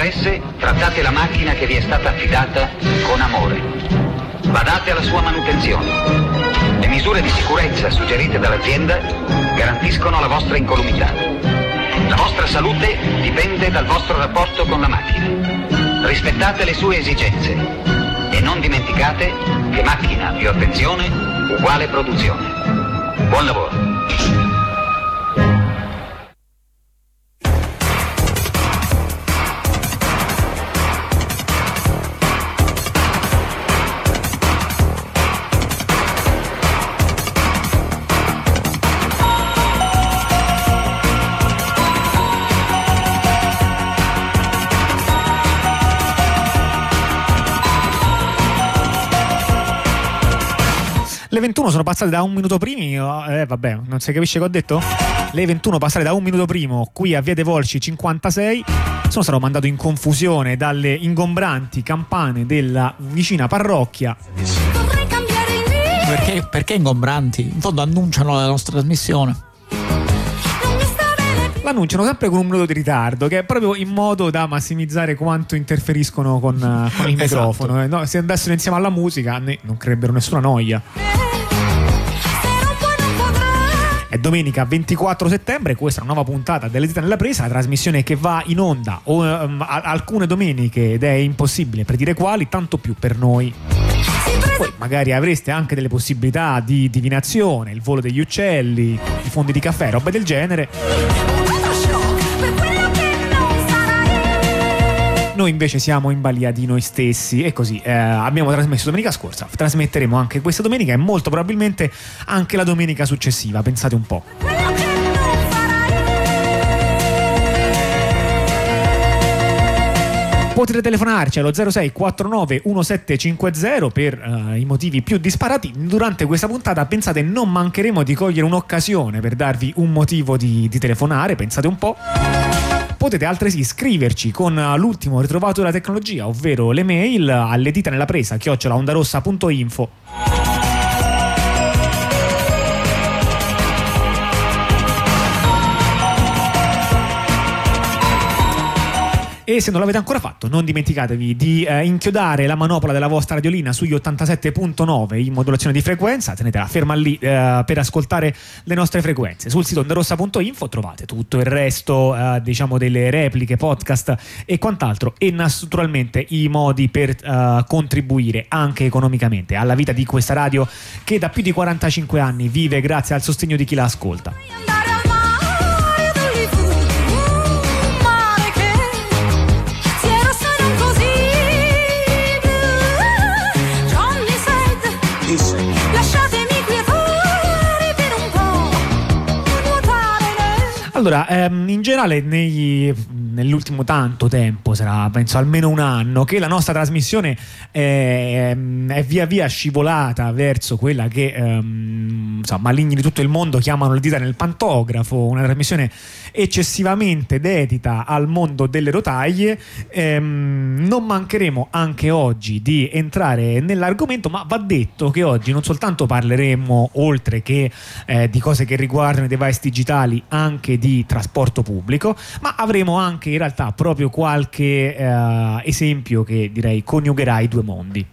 interesse, trattate la macchina che vi è stata affidata con amore. Badate alla sua manutenzione. Le misure di sicurezza suggerite dall'azienda garantiscono la vostra incolumità. La vostra salute dipende dal vostro rapporto con la macchina. Rispettate le sue esigenze e non dimenticate che macchina più attenzione uguale produzione. Buon lavoro. Le 21 sono passate da un minuto primi, vabbè, non si capisce che ho detto? Le 21 passate da un minuto primo qui a Via dei Volsci 56. Sono stato mandato in confusione dalle ingombranti campane della vicina parrocchia. Perché ingombranti? In fondo annunciano la nostra trasmissione. L'annunciano sempre con un minuto di ritardo, che è proprio in modo da massimizzare quanto interferiscono con il microfono. Esatto. No, se andassero insieme alla musica non creerebbero nessuna noia. È domenica 24 settembre, questa è una nuova puntata delle Dita nella Presa, la trasmissione che va in onda alcune domeniche ed è impossibile predire quali, tanto più per noi. Poi magari avreste anche delle possibilità di divinazione, il volo degli uccelli, i fondi di caffè, roba del genere. Noi invece siamo in balia di noi stessi e così abbiamo trasmesso domenica scorsa, trasmetteremo anche questa domenica e molto probabilmente anche la domenica successiva, pensate un po'. Potete telefonarci allo 06 49 1750 per i motivi più disparati. Durante questa puntata, pensate, non mancheremo di cogliere un'occasione per darvi un motivo di telefonare, pensate un po'. Potete altresì scriverci con l'ultimo ritrovato della tecnologia, ovvero le mail alle dita nella presa @ondarossa.info. E se non l'avete ancora fatto, non dimenticatevi di inchiodare la manopola della vostra radiolina sugli 87.9 in modulazione di frequenza, tenetela ferma lì per ascoltare le nostre frequenze. Sul sito ondarossa.info trovate tutto il resto, diciamo, delle repliche, podcast e quant'altro, e naturalmente i modi per contribuire anche economicamente alla vita di questa radio che da più di 45 anni vive grazie al sostegno di chi la ascolta. Allora, in generale nell'ultimo tanto tempo, sarà penso almeno un anno, che la nostra trasmissione è via via scivolata verso quella che maligni di tutto il mondo chiamano le dita nel pantografo, una trasmissione eccessivamente dedita al mondo delle rotaie. Non mancheremo anche oggi di entrare nell'argomento, ma va detto che oggi non soltanto parleremo, oltre che di cose che riguardano i device digitali, anche di trasporto pubblico, ma avremo anche in realtà proprio qualche esempio che direi coniugherà i due mondi.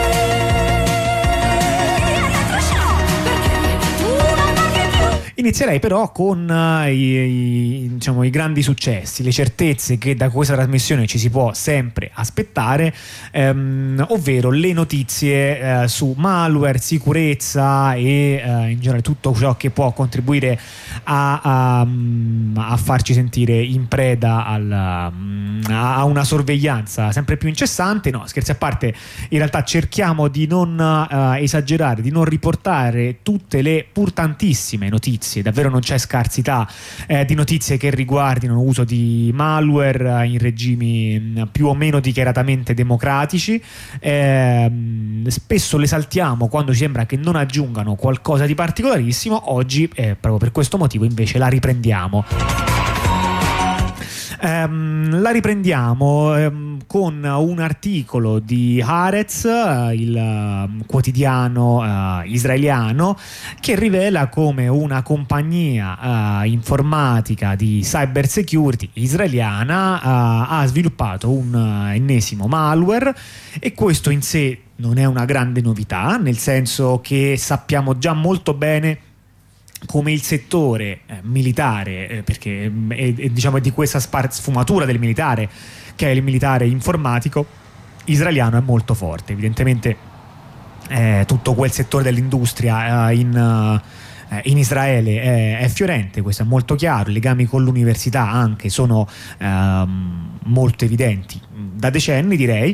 Inizierei però con i grandi successi, le certezze che da questa trasmissione ci si può sempre aspettare, ovvero le notizie su malware, sicurezza e in generale tutto ciò che può contribuire a farci sentire in preda a una sorveglianza sempre più incessante. No, scherzi a parte, in realtà cerchiamo di non esagerare, di non riportare tutte le pur tantissime notizie. Davvero non c'è scarsità di notizie che riguardino l'uso di malware in regimi più o meno dichiaratamente democratici. Spesso le saltiamo quando ci sembra che non aggiungano qualcosa di particolarissimo. Oggi, proprio per questo motivo, invece la riprendiamo. La riprendiamo con un articolo di Haaretz, il quotidiano israeliano, che rivela come una compagnia informatica di cyber security israeliana ha sviluppato un ennesimo malware, e questo in sé non è una grande novità, nel senso che sappiamo già molto bene come il settore militare, perché diciamo è di questa sfumatura del militare che è il militare informatico israeliano, è molto forte. Evidentemente tutto quel settore dell'industria in Israele è fiorente, questo è molto chiaro. I legami con l'università anche sono molto evidenti da decenni, direi.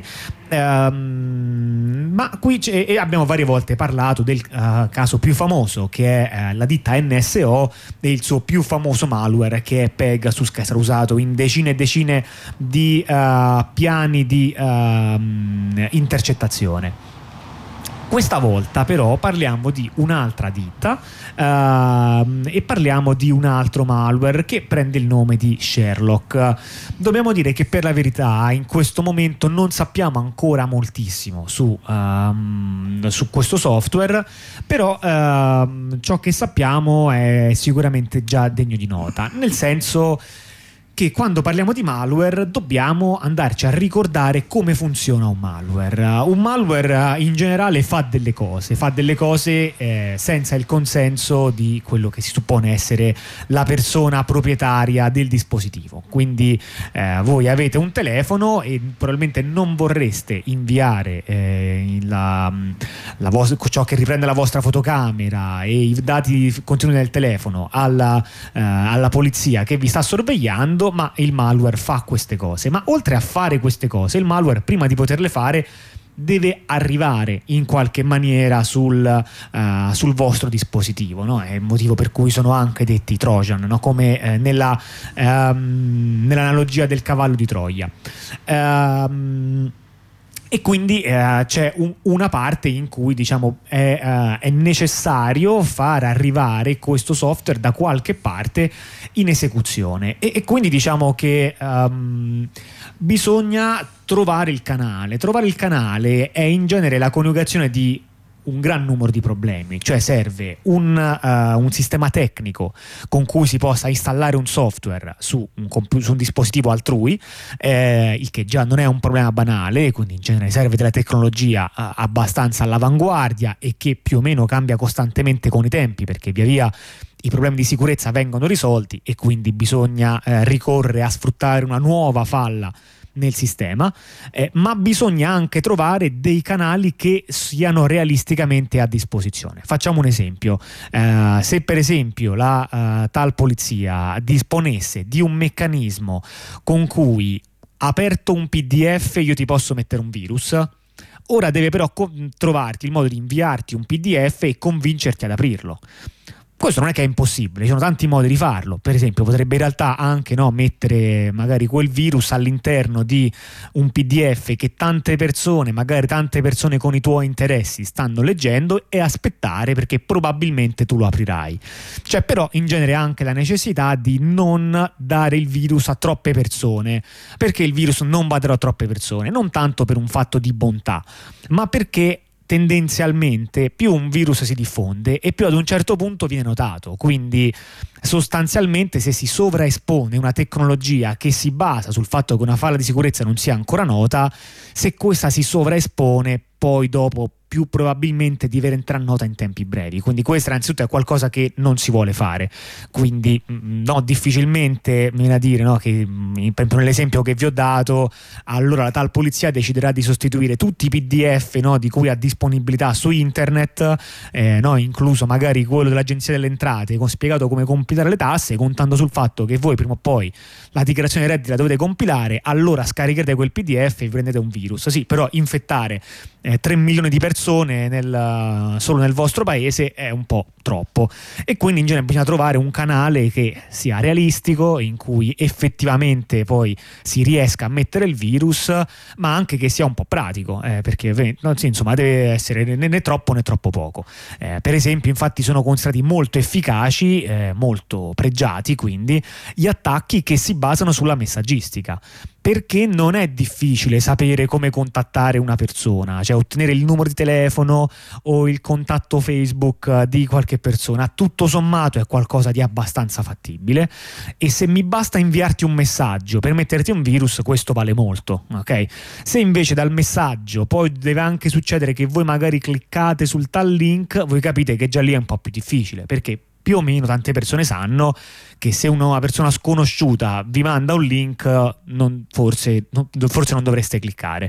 Ma qui abbiamo varie volte parlato del caso più famoso, che è la ditta NSO e il suo più famoso malware, che è Pegasus, che sarà usato in decine e decine di piani di intercettazione. Questa volta però parliamo di un'altra ditta e parliamo di un altro malware che prende il nome di Sherlock. Dobbiamo dire che per la verità in questo momento non sappiamo ancora moltissimo su questo software, però ciò che sappiamo è sicuramente già degno di nota, nel senso che quando parliamo di malware dobbiamo andarci a ricordare come funziona un malware. Un malware in generale fa delle cose senza il consenso di quello che si suppone essere la persona proprietaria del dispositivo. Quindi voi avete un telefono e probabilmente non vorreste inviare ciò che riprende la vostra fotocamera e i dati contenuti nel telefono alla polizia che vi sta sorvegliando, ma il malware fa queste cose. Ma oltre a fare queste cose, il malware, prima di poterle fare, deve arrivare in qualche maniera sul vostro dispositivo, no? È il motivo per cui sono anche detti Trojan, no? Come nell'analogia del cavallo di Troia. E quindi c'è una parte in cui, diciamo, è necessario far arrivare questo software da qualche parte in esecuzione, e quindi diciamo che bisogna trovare il canale. Trovare il canale è in genere la coniugazione di un gran numero di problemi, cioè serve un sistema tecnico con cui si possa installare un software su un dispositivo altrui, il che già non è un problema banale, quindi in genere serve della tecnologia abbastanza all'avanguardia e che più o meno cambia costantemente con i tempi, perché via via i problemi di sicurezza vengono risolti e quindi bisogna ricorrere a sfruttare una nuova falla nel sistema, ma bisogna anche trovare dei canali che siano realisticamente a disposizione. Facciamo un esempio: se per esempio la tal polizia disponesse di un meccanismo con cui, aperto un PDF, io ti posso mettere un virus, ora deve però trovarti il modo di inviarti un PDF e convincerti ad aprirlo. Questo non è che è impossibile, ci sono tanti modi di farlo. Per esempio potrebbe in realtà anche mettere magari quel virus all'interno di un PDF che tante persone con i tuoi interessi stanno leggendo, e aspettare, perché probabilmente tu lo aprirai. C'è però in genere anche la necessità di non dare il virus a troppe persone. Perché il virus non va dato a troppe persone? Non tanto per un fatto di bontà, ma perché tendenzialmente più un virus si diffonde e più ad un certo punto viene notato. Quindi sostanzialmente, se si sovraespone una tecnologia che si basa sul fatto che una falla di sicurezza non sia ancora nota, se questa si sovraespone, poi dopo più probabilmente diventerà nota in tempi brevi. Quindi questo innanzitutto è qualcosa che non si vuole fare. Quindi difficilmente mi viene a dire che per esempio nell'esempio che vi ho dato, allora la tal polizia deciderà di sostituire tutti i PDF di cui ha disponibilità su internet, incluso magari quello dell'Agenzia delle Entrate, con spiegato come compilare le tasse, contando sul fatto che voi prima o poi la dichiarazione redditi la dovete compilare, allora scaricherete quel PDF e vi prendete un virus. Sì, però infettare 3 milioni di persone persone solo nel vostro paese è un po' troppo, e quindi in genere bisogna trovare un canale che sia realistico, in cui effettivamente poi si riesca a mettere il virus, ma anche che sia un po' pratico, perché insomma deve essere né troppo né troppo poco. Per esempio, infatti, sono considerati molto efficaci, molto pregiati quindi gli attacchi che si basano sulla messaggistica, perché non è difficile sapere come contattare una persona, cioè ottenere il numero di telefono o il contatto Facebook di qualche persona. Tutto sommato è qualcosa di abbastanza fattibile, e se mi basta inviarti un messaggio per metterti un virus, questo vale molto, ok? Se invece dal messaggio poi deve anche succedere che voi magari cliccate sul tal link, voi capite che già lì è un po' più difficile, perché più o meno tante persone sanno che se una persona sconosciuta vi manda un link, forse non dovreste cliccare.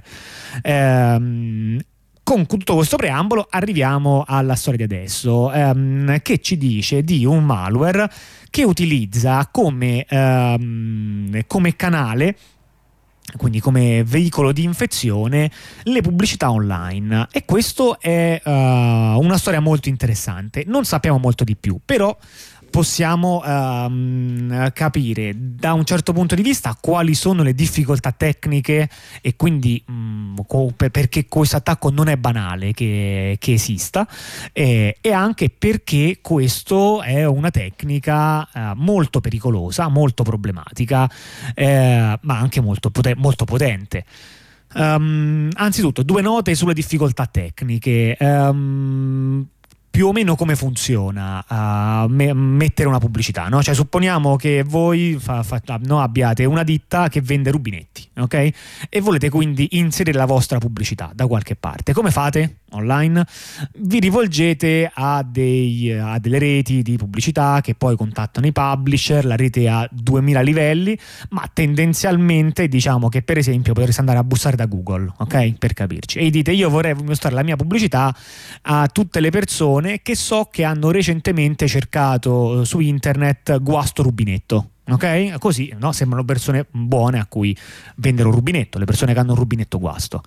Con tutto questo preambolo arriviamo alla storia di adesso, che ci dice di un malware che utilizza come canale, quindi come veicolo di infezione, le pubblicità online. E questo è una storia molto interessante. Non sappiamo molto di più, però possiamo capire da un certo punto di vista quali sono le difficoltà tecniche, e quindi perché questo attacco non è banale che esista, e anche perché questo è una tecnica molto pericolosa, molto problematica, ma anche molto potente. Anzitutto, 2 note sulle difficoltà tecniche. Più o meno come funziona mettere una pubblicità, no? Cioè, supponiamo che voi abbiate una ditta che vende rubinetti, ok? E volete quindi inserire la vostra pubblicità da qualche parte. Come fate? Online? Vi rivolgete a delle reti di pubblicità che poi contattano i publisher. La rete ha 2000 livelli, ma tendenzialmente diciamo che per esempio potreste andare a bussare da Google, ok? Per capirci, e dite: io vorrei mostrare la mia pubblicità a tutte le persone che so che hanno recentemente cercato su internet guasto rubinetto. Ok? Così, no? Sembrano persone buone a cui vendere un rubinetto, le persone che hanno un rubinetto guasto.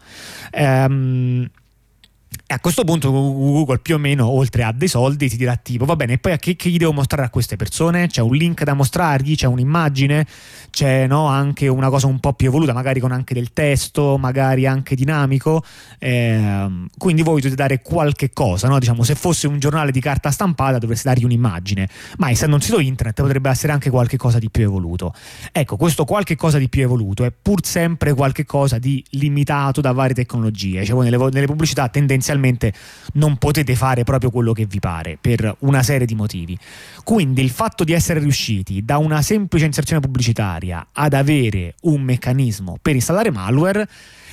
E a questo punto Google, più o meno, oltre a dei soldi, ti dirà tipo: va bene, e poi che gli devo mostrare a queste persone? C'è un link da mostrargli? C'è un'immagine? C'è, no, anche una cosa un po' più evoluta, magari con anche del testo, magari anche dinamico, quindi voi dovete dare qualche cosa, no? Diciamo, se fosse un giornale di carta stampata dovreste dargli un'immagine, ma essendo un sito internet potrebbe essere anche qualche cosa di più evoluto. Ecco, questo qualche cosa di più evoluto è pur sempre qualche cosa di limitato da varie tecnologie. Cioè, voi nelle pubblicità tendenzialmente non potete fare proprio quello che vi pare, per una serie di motivi. Quindi il fatto di essere riusciti da una semplice inserzione pubblicitaria ad avere un meccanismo per installare malware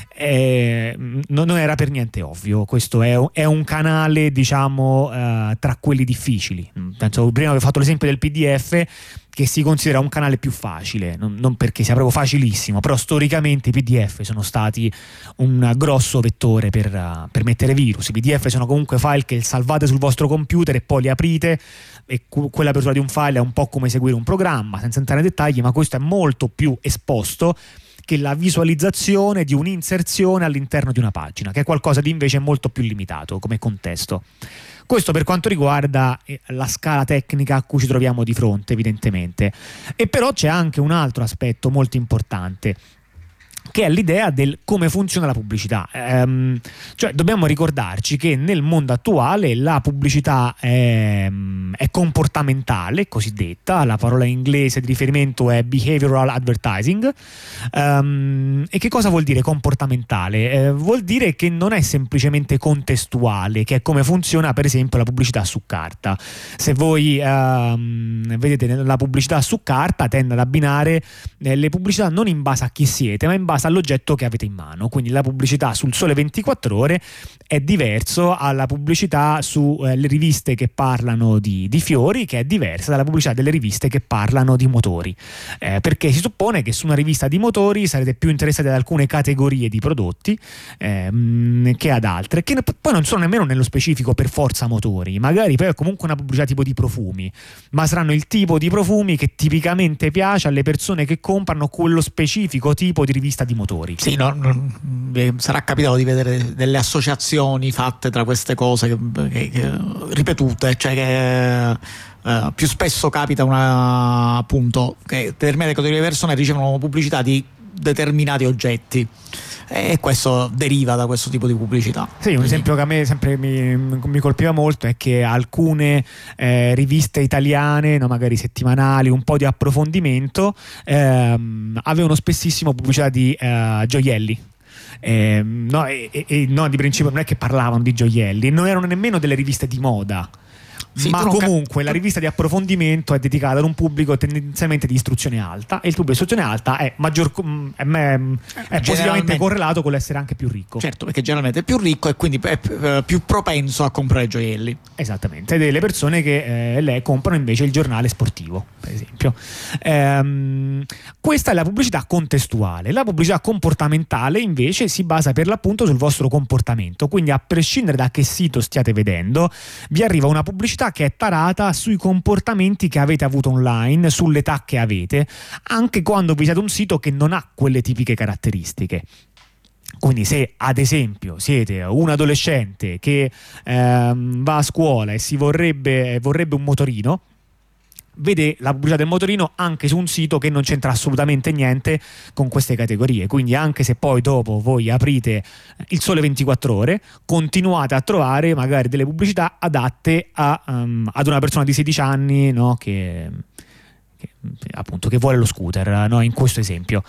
non era per niente ovvio. Questo è un canale, diciamo, tra quelli difficili. Penso, prima avevo fatto l'esempio del PDF, che si considera un canale più facile, non perché sia proprio facilissimo, però storicamente i PDF sono stati un grosso vettore per mettere virus. I PDF sono comunque file che salvate sul vostro computer e poi li aprite, e quell'apertura di un file è un po' come seguire un programma, senza entrare nei dettagli, ma questo è molto più esposto che la visualizzazione di un'inserzione all'interno di una pagina, che è qualcosa di invece molto più limitato come contesto. Questo per quanto riguarda la scala tecnica a cui ci troviamo di fronte, evidentemente. E però c'è anche un altro aspetto molto importante, che è l'idea del come funziona la pubblicità. Cioè, dobbiamo ricordarci che nel mondo attuale la pubblicità è comportamentale, cosiddetta. La parola inglese di riferimento è behavioral advertising. E che cosa vuol dire comportamentale? Vuol dire che non è semplicemente contestuale, che è come funziona per esempio la pubblicità su carta. Se voi vedete la pubblicità su carta, tende ad abbinare le pubblicità non in base a chi siete, ma in base all'oggetto che avete in mano. Quindi la pubblicità sul Sole 24 Ore è diverso alla pubblicità sulle riviste che parlano di fiori, che è diversa dalla pubblicità delle riviste che parlano di motori, perché si suppone che su una rivista di motori sarete più interessati ad alcune categorie di prodotti che ad altre, che poi non sono nemmeno nello specifico per forza motori. Magari poi è comunque una pubblicità tipo di profumi, ma saranno il tipo di profumi che tipicamente piace alle persone che comprano quello specifico tipo di rivista rivista di motori. Sì, sarà capitato di vedere delle associazioni fatte tra queste cose che ripetute, cioè che più spesso capita appunto che determinate categorie di persone ricevono pubblicità di determinati oggetti, e questo deriva da questo tipo di pubblicità. Sì, un esempio che a me sempre mi colpiva molto è che alcune riviste italiane, no, magari settimanali, un po' di approfondimento, avevano spessissimo pubblicità di gioielli. No, di principio non è che parlavano di gioielli, non erano nemmeno delle riviste di moda. Sì, ma comunque la rivista di approfondimento è dedicata ad un pubblico tendenzialmente di istruzione alta, e il pubblico di istruzione alta è positivamente correlato con l'essere anche più ricco. Certo, perché generalmente è più ricco e quindi è più propenso a comprare gioielli. Esattamente, delle persone che le comprano invece il giornale sportivo, per esempio. Questa è la pubblicità contestuale. La pubblicità comportamentale invece si basa per l'appunto sul vostro comportamento, quindi a prescindere da che sito stiate vedendo vi arriva una pubblicità che è tarata sui comportamenti che avete avuto online, sull'età che avete, anche quando visitate un sito che non ha quelle tipiche caratteristiche. Quindi se ad esempio siete un adolescente che va a scuola e vorrebbe un motorino, vede la pubblicità del motorino anche su un sito che non c'entra assolutamente niente con queste categorie. Quindi anche se poi dopo voi aprite il Sole 24 Ore, continuate a trovare magari delle pubblicità adatte ad una persona di 16 anni, no, che appunto che vuole lo scooter, no, in questo esempio.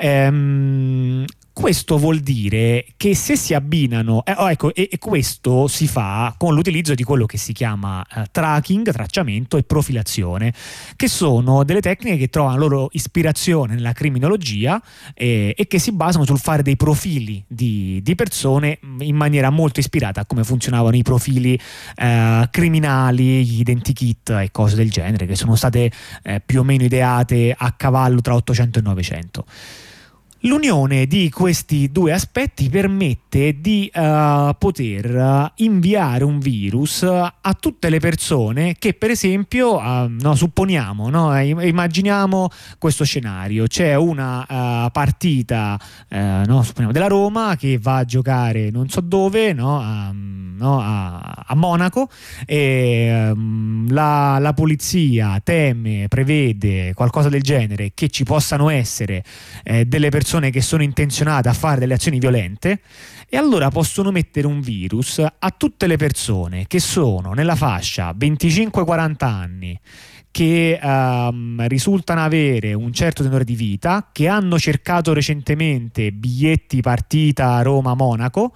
Questo vuol dire che se si abbinano, e questo si fa con l'utilizzo di quello che si chiama tracking, tracciamento e profilazione, che sono delle tecniche che trovano loro ispirazione nella criminologia e che si basano sul fare dei profili di persone in maniera molto ispirata a come funzionavano i profili criminali, gli identikit e cose del genere, che sono state più o meno ideate a cavallo tra 800 e 900. L'unione di questi due aspetti permette di poter inviare un virus a tutte le persone che, per esempio, supponiamo, immaginiamo questo scenario: c'è una partita supponiamo della Roma che va a giocare non so dove, a Monaco, e la polizia prevede qualcosa del genere, che ci possano essere delle persone che sono intenzionate a fare delle azioni violente, e allora possono mettere un virus a tutte le persone che sono nella fascia 25-40 anni, che risultano avere un certo tenore di vita, che hanno cercato recentemente biglietti partita Roma-Monaco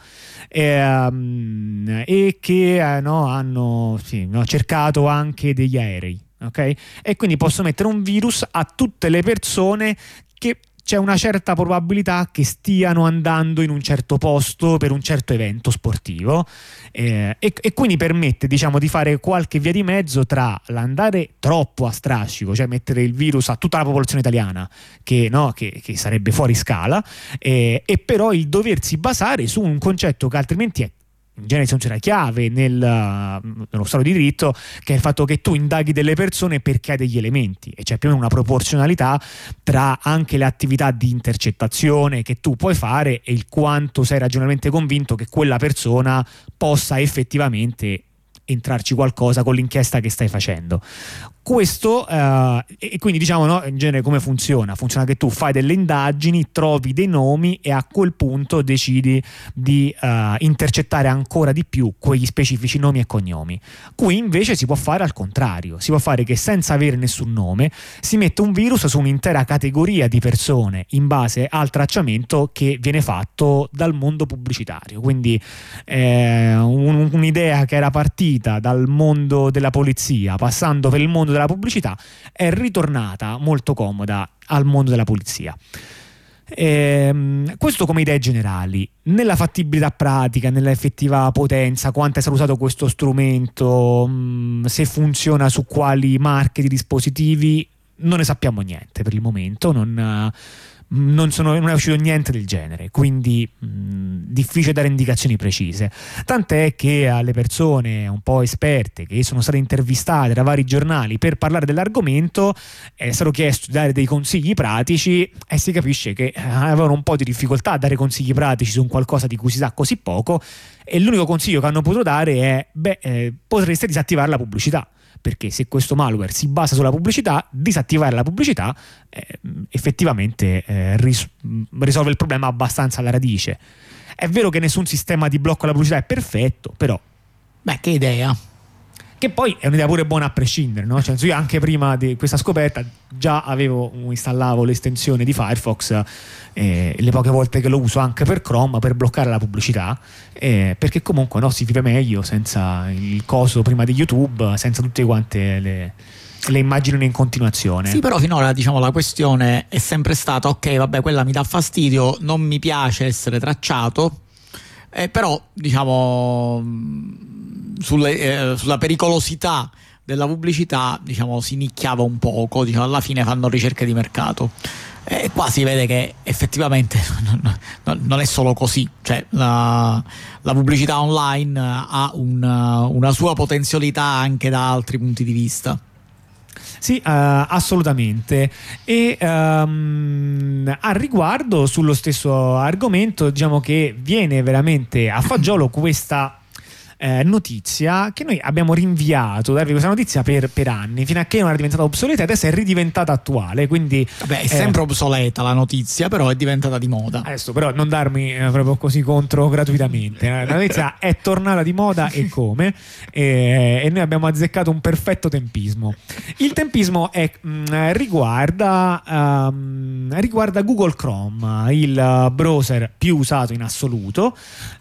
e che hanno cercato anche degli aerei, ok? E quindi posso mettere un virus a tutte le persone che c'è una certa probabilità che stiano andando in un certo posto per un certo evento sportivo, e quindi permette, diciamo, di fare qualche via di mezzo tra l'andare troppo a strascico, cioè mettere il virus a tutta la popolazione italiana che sarebbe fuori scala, e però il doversi basare su un concetto che altrimenti è in genere funziona chiave nello Stato di diritto, che è il fatto che tu indaghi delle persone perché hai degli elementi, e c'è più o meno una proporzionalità tra anche le attività di intercettazione che tu puoi fare e il quanto sei ragionevolmente convinto che quella persona possa effettivamente entrarci qualcosa con l'inchiesta che stai facendo. Questo e quindi, diciamo, in genere come funziona che tu fai delle indagini, trovi dei nomi e a quel punto decidi di intercettare ancora di più quegli specifici nomi e cognomi. Qui invece si può fare al contrario, si può fare che senza avere nessun nome si mette un virus su un'intera categoria di persone in base al tracciamento che viene fatto dal mondo pubblicitario. Quindi un'idea che era partita dal mondo della polizia, passando per il mondo della pubblicità, è ritornata molto comoda al mondo della polizia. Questo come idee generali. Nella fattibilità pratica, nella effettiva potenza, quanto è stato usato questo strumento, se funziona su quali marche di dispositivi, non ne sappiamo niente per il momento. non è uscito niente del genere, quindi difficile dare indicazioni precise, tant'è che alle persone un po' esperte che sono state intervistate da vari giornali per parlare dell'argomento è stato chiesto di dare dei consigli pratici e si capisce che avevano un po' di difficoltà a dare consigli pratici su un qualcosa di cui si sa così poco, e l'unico consiglio che hanno potuto dare è potreste disattivare la pubblicità, perché se questo malware si basa sulla pubblicità, disattivare la pubblicità effettivamente risolve il problema abbastanza alla radice. È vero che nessun sistema di blocco alla pubblicità è perfetto, però che idea, che poi è un'idea pure buona a prescindere, no? Cioè, io anche prima di questa scoperta già installavo l'estensione di Firefox, le poche volte che lo uso anche per Chrome, per bloccare la pubblicità, perché comunque si vive meglio senza il coso prima di YouTube, senza tutte quante le immagini in continuazione. Sì, però finora la questione è sempre stata ok, vabbè, quella mi dà fastidio, non mi piace essere tracciato, però sulla pericolosità della pubblicità si nicchiava un poco, alla fine fanno ricerche di mercato, e qua si vede che effettivamente non è solo così, cioè la pubblicità online ha una sua potenzialità anche da altri punti di vista. Sì, assolutamente. E a riguardo, sullo stesso argomento, che viene veramente a fagiolo questa notizia che noi abbiamo rinviato, darvi questa notizia per anni, fino a che non era diventata obsoleta, e adesso è ridiventata attuale, quindi è sempre obsoleta la notizia, però è diventata di moda. Adesso però non darmi proprio così contro gratuitamente, la notizia è tornata di moda, e come, e noi abbiamo azzeccato un perfetto tempismo. Il tempismo riguarda Google Chrome, il browser più usato in assoluto,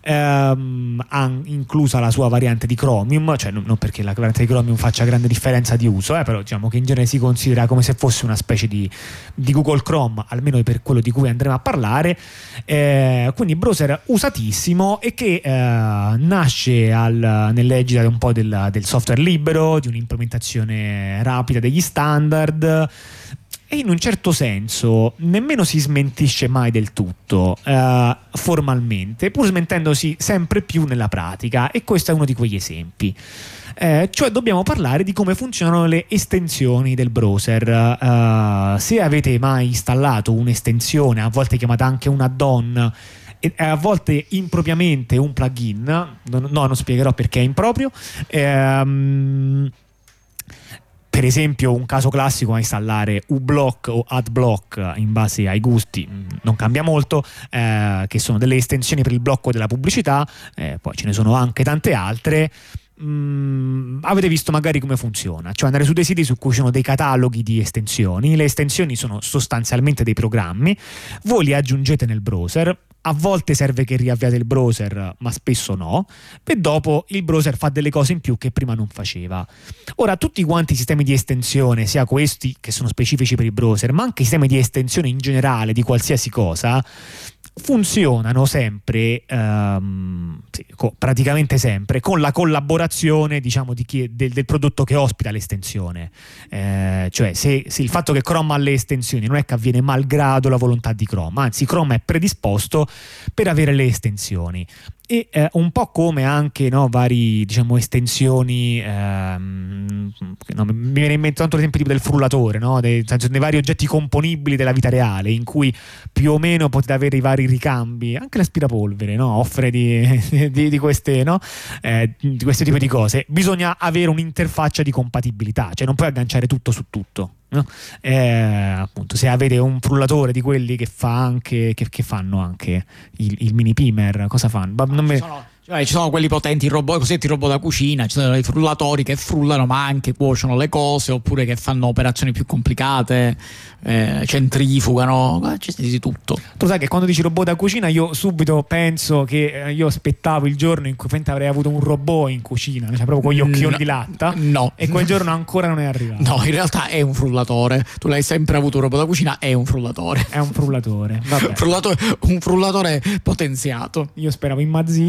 inclusa la sua variante di Chromium, cioè non perché la variante di Chromium faccia grande differenza di uso, però che in genere si considera come se fosse una specie di Google Chrome, almeno per quello di cui andremo a parlare, quindi browser usatissimo, e che nasce nell'egida un po' del software libero, di un'implementazione rapida degli standard, e in un certo senso nemmeno si smentisce mai del tutto formalmente, pur smentendosi sempre più nella pratica, e questo è uno di quegli esempi. Cioè dobbiamo parlare di come funzionano le estensioni del browser. Se avete mai installato un'estensione, a volte chiamata anche un add-on, e a volte impropriamente un plugin, non spiegherò perché è improprio, per esempio un caso classico è installare uBlock o AdBlock, in base ai gusti non cambia molto, che sono delle estensioni per il blocco della pubblicità, poi ce ne sono anche tante altre. Avete visto magari come funziona, cioè andare su dei siti su cui ci sono dei cataloghi di estensioni. Le estensioni sono sostanzialmente dei programmi, voi li aggiungete nel browser, a volte serve che riavviate il browser, ma spesso no, e dopo il browser fa delle cose in più che prima non faceva. Ora, tutti quanti i sistemi di estensione, sia questi che sono specifici per il browser, ma anche i sistemi di estensione in generale di qualsiasi cosa, funzionano sempre, praticamente sempre, con la collaborazione del prodotto che ospita l'estensione. Cioè se il fatto che Chrome ha le estensioni non è che avviene malgrado la volontà di Chrome, anzi Chrome è predisposto per avere le estensioni. E un po' come anche vari estensioni, mi viene in mente tanto l'esempio tipo del frullatore, dei vari oggetti componibili della vita reale, in cui più o meno potete avere i vari ricambi. Anche l'aspirapolvere offre di queste di questo tipo di cose. Bisogna avere un'interfaccia di compatibilità, cioè non puoi agganciare tutto su tutto. Appunto, se avete un frullatore di quelli che fa anche che fanno anche il mini pimer, cosa fanno? Ci sono quelli potenti, cosiddetti robot da cucina, ci sono i frullatori che frullano ma anche cuociono le cose, oppure che fanno operazioni più complicate, centrifugano, c'è di tutto. Tu sai che quando dici robot da cucina io subito penso che io aspettavo il giorno in cui avrei avuto un robot in cucina, cioè proprio con gli occhioni di latta, no. E quel giorno ancora non è arrivato. No, in realtà è un frullatore, tu l'hai sempre avuto un robot da cucina, è un frullatore. È un frullatore, vabbè. Un frullatore potenziato. Io speravo in Mazinga, ma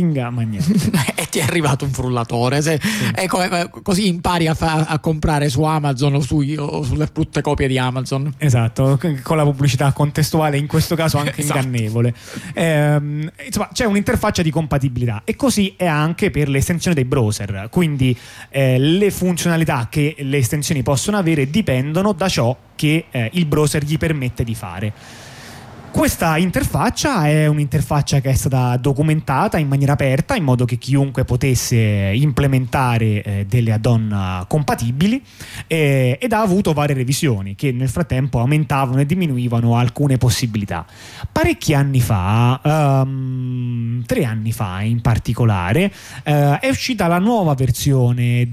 niente. E ti è arrivato un frullatore. Così impari a comprare su Amazon o sulle brutte copie di Amazon. Esatto, con la pubblicità contestuale, in questo caso anche esatto. ingannevole. Insomma, c'è un'interfaccia di compatibilità, e così è anche per le estensioni dei browser. Quindi le funzionalità che le estensioni possono avere dipendono da ciò che il browser gli permette di fare. Questa interfaccia è un'interfaccia che è stata documentata in maniera aperta, in modo che chiunque potesse implementare delle add-on compatibili, ed ha avuto varie revisioni che nel frattempo aumentavano e diminuivano alcune possibilità. Parecchi anni fa, 3 anni fa in particolare, è uscita la nuova versione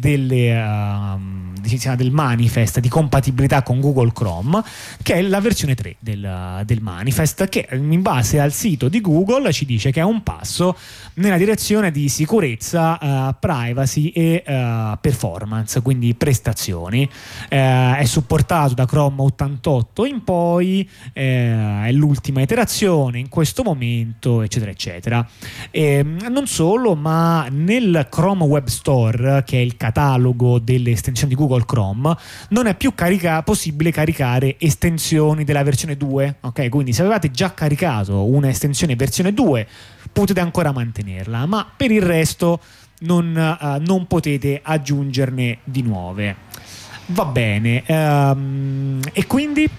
del manifest di compatibilità con Google Chrome, che è la versione 3 del manifest, che in base al sito di Google ci dice che è un passo nella direzione di sicurezza, privacy e performance, quindi prestazioni. È supportato da Chrome 88 in poi, è l'ultima iterazione in questo momento, eccetera eccetera. Non solo, ma nel Chrome Web Store, che è il catalogo delle estensioni di Google Chrome, non è più possibile caricare estensioni della versione 2, ok? Quindi se avevate già caricato un'estensione versione 2 potete ancora mantenerla, ma per il resto non potete aggiungerne di nuove. Va bene, e quindi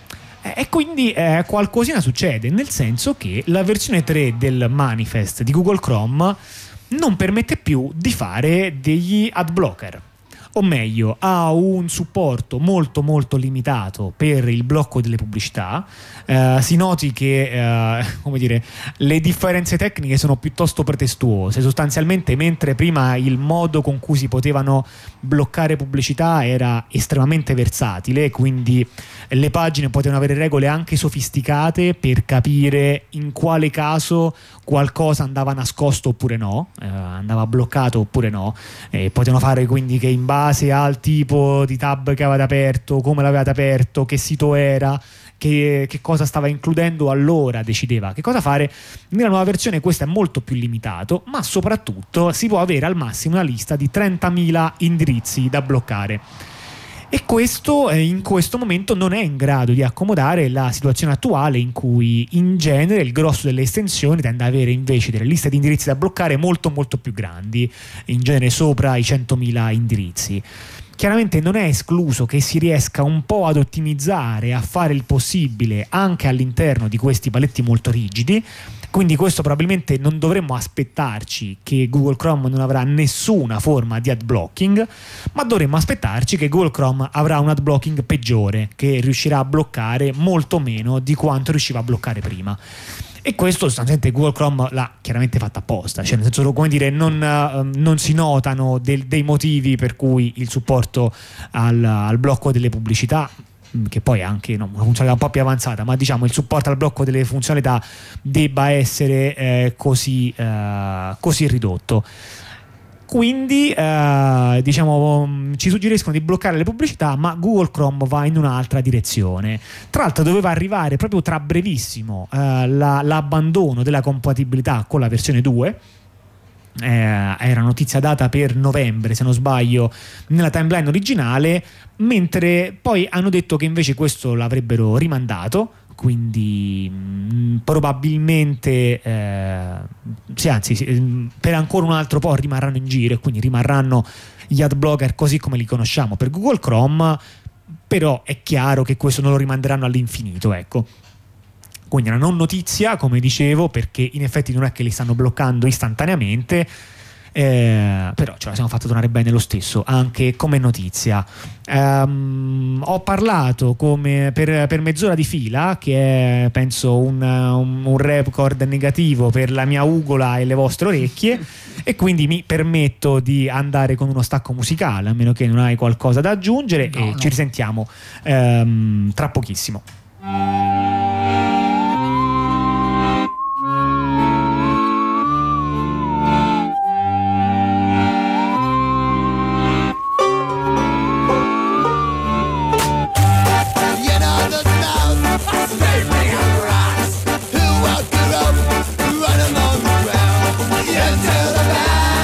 qualcosina succede, nel senso che la versione 3 del manifest di Google Chrome non permette più di fare degli ad blocker, o meglio, ha un supporto molto molto limitato per il blocco delle pubblicità. Si noti che le differenze tecniche sono piuttosto pretestuose. Sostanzialmente, mentre prima il modo con cui si potevano bloccare pubblicità era estremamente versatile, quindi le pagine potevano avere regole anche sofisticate per capire in quale caso qualcosa andava nascosto oppure no, andava bloccato oppure no, potevano fare quindi che in base al tipo di tab che avevate aperto, come l'avevate aperto, che sito era, che cosa stava includendo, allora decideva che cosa fare. Nella nuova versione questo è molto più limitato, ma soprattutto si può avere al massimo una lista di 30.000 indirizzi da bloccare. E questo in questo momento non è in grado di accomodare la situazione attuale, in cui in genere il grosso delle estensioni tende ad avere invece delle liste di indirizzi da bloccare molto molto più grandi, in genere sopra i 100.000 indirizzi. Chiaramente non è escluso che si riesca un po' ad ottimizzare, a fare il possibile anche all'interno di questi paletti molto rigidi. Quindi questo probabilmente non dovremmo aspettarci che Google Chrome non avrà nessuna forma di ad blocking, ma dovremmo aspettarci che Google Chrome avrà un ad blocking peggiore, che riuscirà a bloccare molto meno di quanto riusciva a bloccare prima. E questo sostanzialmente Google Chrome l'ha chiaramente fatto apposta, cioè nel senso, come dire, non si notano dei motivi per cui il supporto al blocco delle pubblicità, che poi è anche una funzionalità un po' più avanzata, ma diciamo il supporto al blocco delle funzionalità debba essere così ridotto. Quindi ci suggeriscono di bloccare le pubblicità, ma Google Chrome va in un'altra direzione. Tra l'altro doveva arrivare proprio tra brevissimo l'abbandono della compatibilità con la versione 2. Era notizia data per novembre, se non sbaglio, nella timeline originale, mentre poi hanno detto che invece questo l'avrebbero rimandato, quindi probabilmente per ancora un altro po' rimarranno in giro, e quindi rimarranno gli ad blocker così come li conosciamo per Google Chrome, però è chiaro che questo non lo rimanderanno all'infinito, ecco. Quindi una non notizia, come dicevo, perché in effetti non è che li stanno bloccando istantaneamente, però ce la siamo fatta tornare bene lo stesso, anche come notizia. Ho parlato per mezz'ora di fila, che è penso un record negativo per la mia ugola e le vostre orecchie, e quindi mi permetto di andare con uno stacco musicale, a meno che non hai qualcosa da aggiungere, no. Ci risentiamo tra pochissimo. Until the back.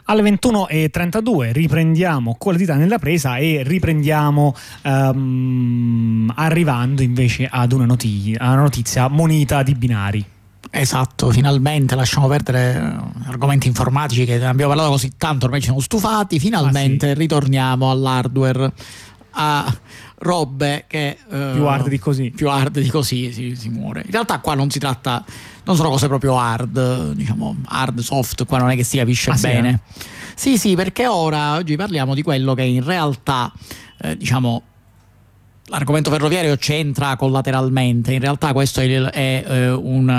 Alle 21:32 riprendiamo con le dita nella presa e riprendiamo arrivando invece ad una notizia munita di binari. Esatto, finalmente lasciamo perdere argomenti informatici che abbiamo parlato così tanto, ormai ci siamo stufati, finalmente ritorniamo all'hardware, a robe che più hard di così si muore. In realtà qua non sono cose proprio hard, diciamo hard, soft, qua non è che si capisce bene. Sì, perché oggi parliamo di quello che in realtà diciamo l'argomento ferroviario c'entra collateralmente. In realtà questo è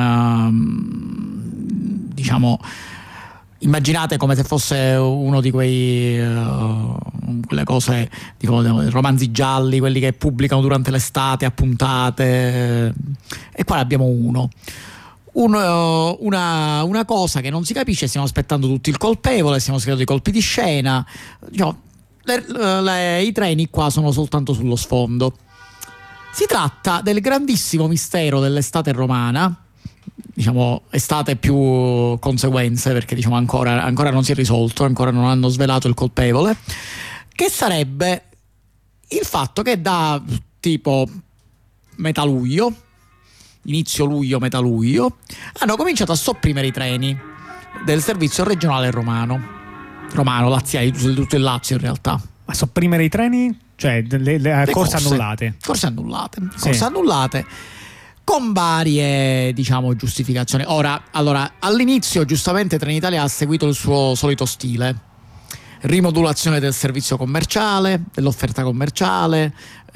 diciamo, immaginate come se fosse uno di quelle cose tipo romanzi gialli, quelli che pubblicano durante l'estate a puntate, e qua ne abbiamo una cosa che non si capisce. Stiamo aspettando tutti il colpevole, stiamo aspettando i colpi di scena, diciamo, i treni qua sono soltanto sullo sfondo. Si tratta del grandissimo mistero dell'estate romana, diciamo estate più conseguenze, perché diciamo ancora non si è risolto, ancora non hanno svelato il colpevole, che sarebbe il fatto che da tipo metà luglio, inizio luglio, metà luglio, hanno cominciato a sopprimere i treni del servizio regionale romano laziale, di tutto il Lazio in realtà. Ma sopprimere i treni? Cioè le corse annullate? Corse annullate con varie, diciamo, giustificazioni. Allora, all'inizio giustamente Trenitalia ha seguito il suo solito stile: rimodulazione del servizio commerciale, dell'offerta commerciale,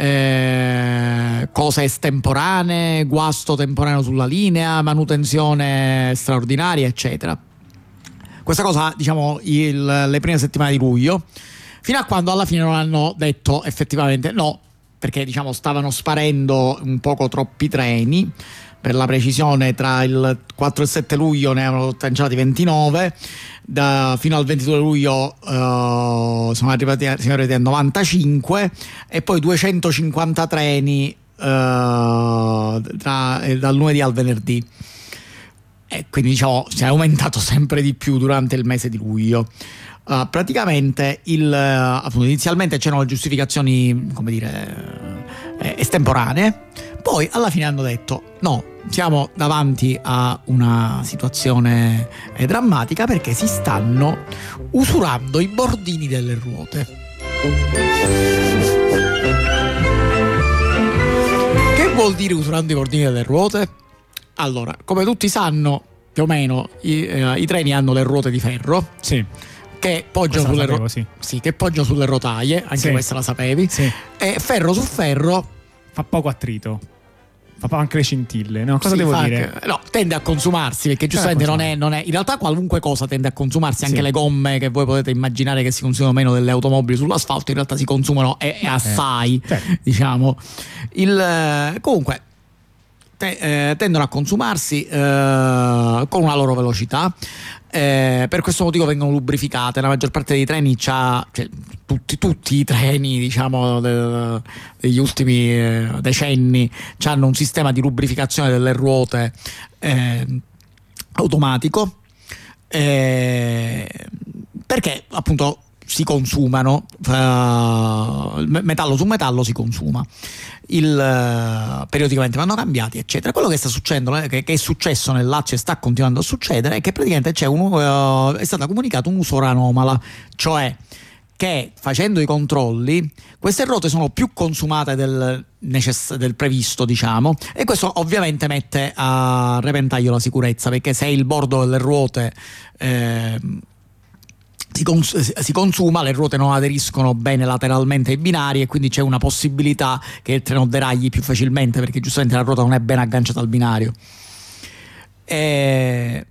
cose estemporanee, guasto temporaneo sulla linea, manutenzione straordinaria, eccetera. Questa cosa, diciamo, le prime settimane di luglio, fino a quando alla fine non hanno detto effettivamente no, perché diciamo stavano sparendo un poco troppi treni. Per la precisione, tra il 4 e il 7 luglio ne hanno cancellati 29, fino al 22 luglio siamo arrivati a 95, e poi 250 treni dal lunedì al venerdì. E quindi diciamo si è aumentato sempre di più durante il mese di luglio. Praticamente appunto, inizialmente c'erano giustificazioni, come dire, estemporanee, poi alla fine hanno detto no, siamo davanti a una situazione drammatica, perché si stanno usurando i bordini delle ruote. Che vuol dire usurando i bordini delle ruote? Allora, come tutti sanno, più o meno i treni hanno le ruote di ferro, sì, che poggiano che poggiano sulle rotaie, anche questa la sapevi, sì. E ferro su ferro fa poco attrito, fa anche le scintille, no? Cosa devo dire? No, tende a consumarsi, perché giustamente non è in realtà qualunque cosa tende a consumarsi, anche le gomme che voi potete immaginare che si consumano meno delle automobili sull'asfalto, in realtà si consumano assai, diciamo. Comunque tendono a consumarsi con una loro velocità. Per questo motivo vengono lubrificate. La maggior parte dei treni tutti i treni, diciamo, degli ultimi decenni hanno un sistema di lubrificazione delle ruote automatico, perché appunto si consumano, metallo su metallo si consuma, periodicamente vanno cambiati, eccetera. Quello che sta succedendo, che è successo nel Lazio e sta continuando a succedere, è che praticamente è stato comunicato un'usura anomala, cioè che facendo i controlli queste ruote sono più consumate del previsto, diciamo, e questo ovviamente mette a repentaglio la sicurezza, perché se il bordo delle ruote si consuma, le ruote non aderiscono bene lateralmente ai binari, e quindi c'è una possibilità che il treno deragli più facilmente, perché giustamente la ruota non è ben agganciata al binario. E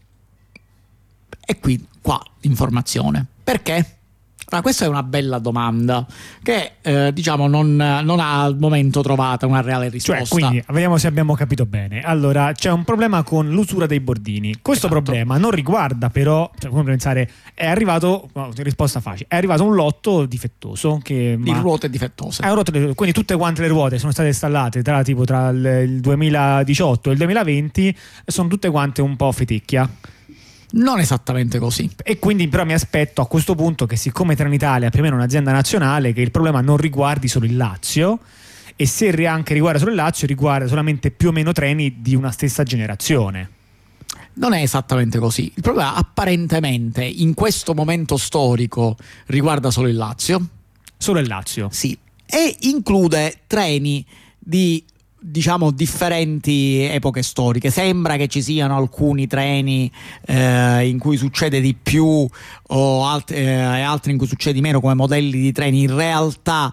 qua l'informazione. Perché? Ma questa è una bella domanda che diciamo non ha al momento trovata una reale risposta. Cioè, quindi vediamo se abbiamo capito bene. Allora, c'è un problema con l'usura dei bordini. Questo problema non riguarda però, come pensare, è arrivato, risposta facile, è arrivato un lotto difettoso di ruote difettose. Quindi tutte quante le ruote sono state installate tra il 2018 e il 2020 e sono tutte quante un po' fetecchia. Non esattamente così. E quindi però mi aspetto a questo punto che, siccome Trenitalia è più o meno un'azienda nazionale, che il problema non riguardi solo il Lazio, e se anche riguarda solo il Lazio, riguarda solamente più o meno treni di una stessa generazione. Non è esattamente così. Il problema apparentemente in questo momento storico riguarda solo il Lazio. Solo il Lazio? Sì. E include treni di, diciamo, differenti epoche storiche. Sembra che ci siano alcuni treni in cui succede di più e altri in cui succede di meno, come modelli di treni. In realtà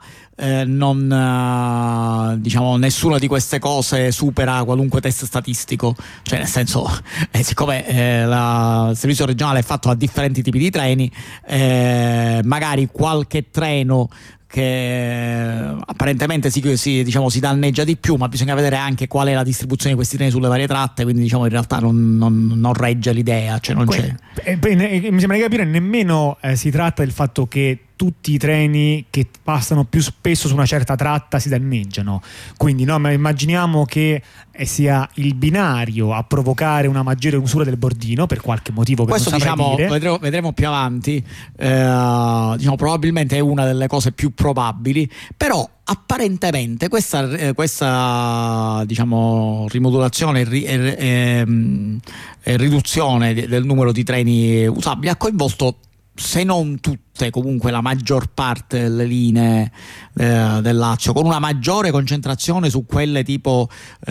diciamo, nessuna di queste cose supera qualunque test statistico, cioè nel senso, siccome il servizio regionale è fatto da differenti tipi di treni, magari qualche treno che apparentemente si danneggia di più, ma bisogna vedere anche qual è la distribuzione di questi treni sulle varie tratte, quindi diciamo in realtà non regge l'idea, cioè non c'è. Mi sembra di capire, nemmeno si tratta del fatto che tutti i treni che passano più spesso su una certa tratta si danneggiano, quindi no, ma immaginiamo che sia il binario a provocare una maggiore usura del bordino per qualche motivo che questo, non saprei dire. Vedremo più avanti, diciamo, probabilmente è una delle cose più probabili, però apparentemente questa diciamo rimodulazione e riduzione del numero di treni usabili ha coinvolto, se non tutte, comunque la maggior parte delle linee del Lazio, con una maggiore concentrazione su quelle tipo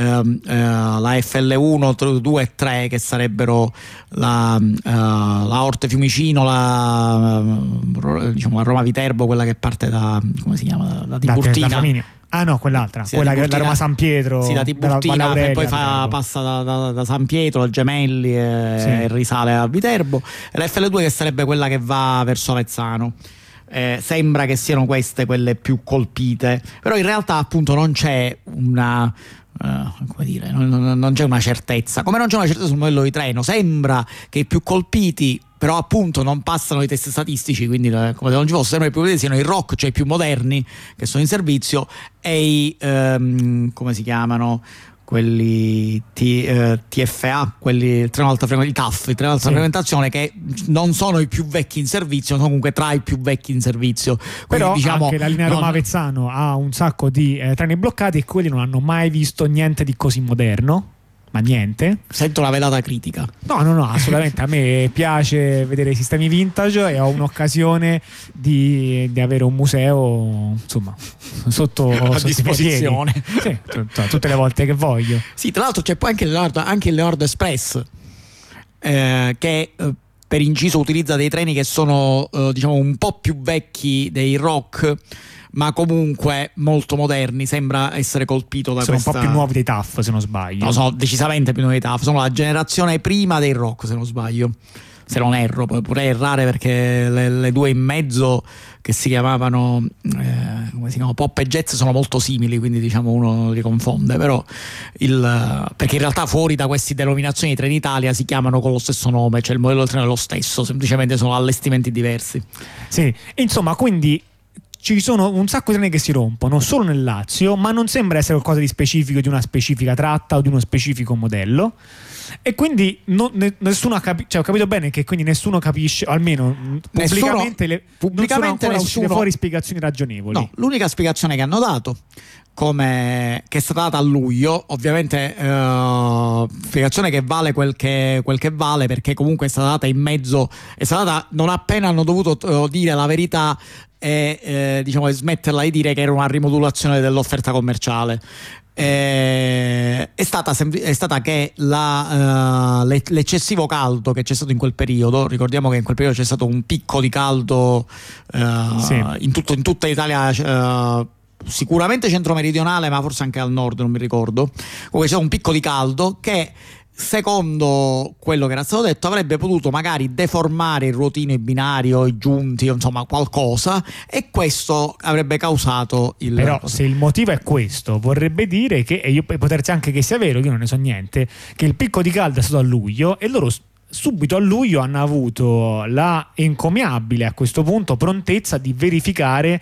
la FL1, 2 e 3, che sarebbero la Orte Fiumicino, diciamo la Roma Viterbo, quella che parte da, come si chiama, da Tiburtina. Ah no, quell'altra, sì, quella che è la Roma San Pietro, sì, da Tiburtina, e poi passa da San Pietro al Gemelli e risale a Viterbo, e la FL2 che sarebbe quella che va verso Avezzano. Sembra che siano queste quelle più colpite, però in realtà appunto non c'è una come dire, non c'è una certezza, come non c'è una certezza sul modello di treno. Sembra che i più colpiti però appunto non passano i test statistici, quindi come se non ci fosse, sembra che i più colpiti siano i ROC, cioè i più moderni che sono in servizio, e i come si chiamano, quelli TFA, quelli il treno alta frequenza, i TAF, i treni alta frequentazione, che non sono i più vecchi in servizio, sono comunque tra i più vecchi in servizio. Quindi, però diciamo, anche la linea Roma-Avezzano ha un sacco di treni bloccati, e quelli non hanno mai visto niente di così moderno. Ma niente. Sento la velata critica. No, assolutamente. A me piace vedere i sistemi vintage e ho un'occasione di avere un museo, insomma, sotto a disposizione. Sì, tutte le volte che voglio. Sì, tra l'altro c'è poi anche il Leonardo Express, che per inciso utilizza dei treni che sono diciamo un po' più vecchi dei ROC, ma comunque molto moderni. Sembra essere colpito da sono questa... un po' più nuovi dei TAF, se non sbaglio. No, sono decisamente più nuovi dei TAF, sono la generazione prima dei ROC, se non sbaglio, se non erro. Potrei errare, perché le due in mezzo, che si chiamavano come si chiamano, Pop e Jazz, sono molto simili, quindi diciamo uno li confonde, però perché in realtà fuori da queste denominazioni di Trenitalia si chiamano con lo stesso nome, cioè il modello del treno è lo stesso, semplicemente sono allestimenti diversi. Sì, insomma, quindi ci sono un sacco di treni che si rompono solo nel Lazio, ma non sembra essere qualcosa di specifico, di una specifica tratta o di uno specifico modello, e quindi nessuno ha capito, cioè ho capito bene che quindi nessuno capisce, o almeno pubblicamente non sono ancora uscite fuori spiegazioni ragionevoli. No, l'unica spiegazione che hanno dato, che è stata data a luglio, ovviamente spiegazione che vale quel che vale, perché comunque è stata data in mezzo, è stata data non appena hanno dovuto dire la verità e diciamo smetterla di dire che era una rimodulazione dell'offerta commerciale. È stata che l'eccessivo caldo che c'è stato in quel periodo, ricordiamo che in quel periodo c'è stato un picco di caldo in tutta Italia, sicuramente centro-meridionale, ma forse anche al nord, non mi ricordo. Comunque c'è stato un picco di caldo che, secondo quello che era stato detto, avrebbe potuto magari deformare il ruotino, il binario, i giunti, insomma qualcosa, e questo avrebbe causato il... Però se il motivo è questo, vorrebbe dire che, e può essere anche che sia vero, io non ne so niente, che il picco di caldo è stato a luglio, e loro subito a luglio hanno avuto la encomiabile, a questo punto, prontezza di verificare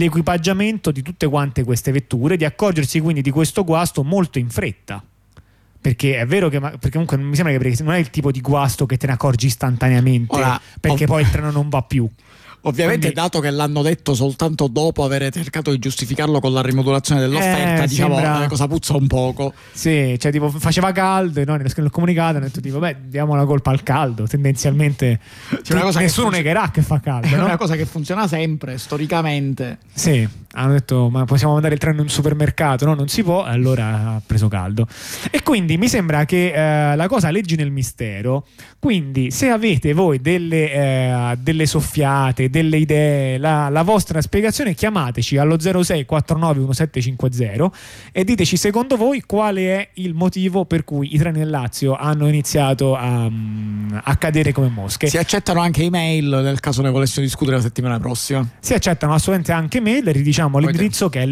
l'equipaggiamento di tutte quante queste vetture, di accorgersi quindi di questo guasto molto in fretta. Perché è vero che perché comunque mi sembra che non è il tipo di guasto che te ne accorgi istantaneamente. Ora, perché poi il treno non va più. Ovviamente, quindi, dato che l'hanno detto soltanto dopo aver cercato di giustificarlo con la rimodulazione dell'offerta, diciamo, la cosa puzza un poco. Sì, cioè tipo faceva caldo e noi nel comunicato hanno detto tipo diamo la colpa al caldo. Tendenzialmente nessuno negherà che fa caldo. È no? una cosa che funziona sempre, storicamente. Sì, hanno detto ma possiamo mandare il treno in un supermercato? No, non si può, e allora ha preso caldo. E quindi mi sembra che la cosa leggi nel mistero. Quindi se avete voi delle soffiate, delle idee, la vostra spiegazione, chiamateci allo 06 49 1750 e diteci secondo voi quale è il motivo per cui i treni del Lazio hanno iniziato a cadere come mosche. Si accettano anche email nel caso ne volessimo discutere la settimana prossima. Si accettano assolutamente anche mail, ridiciamo l'indirizzo che è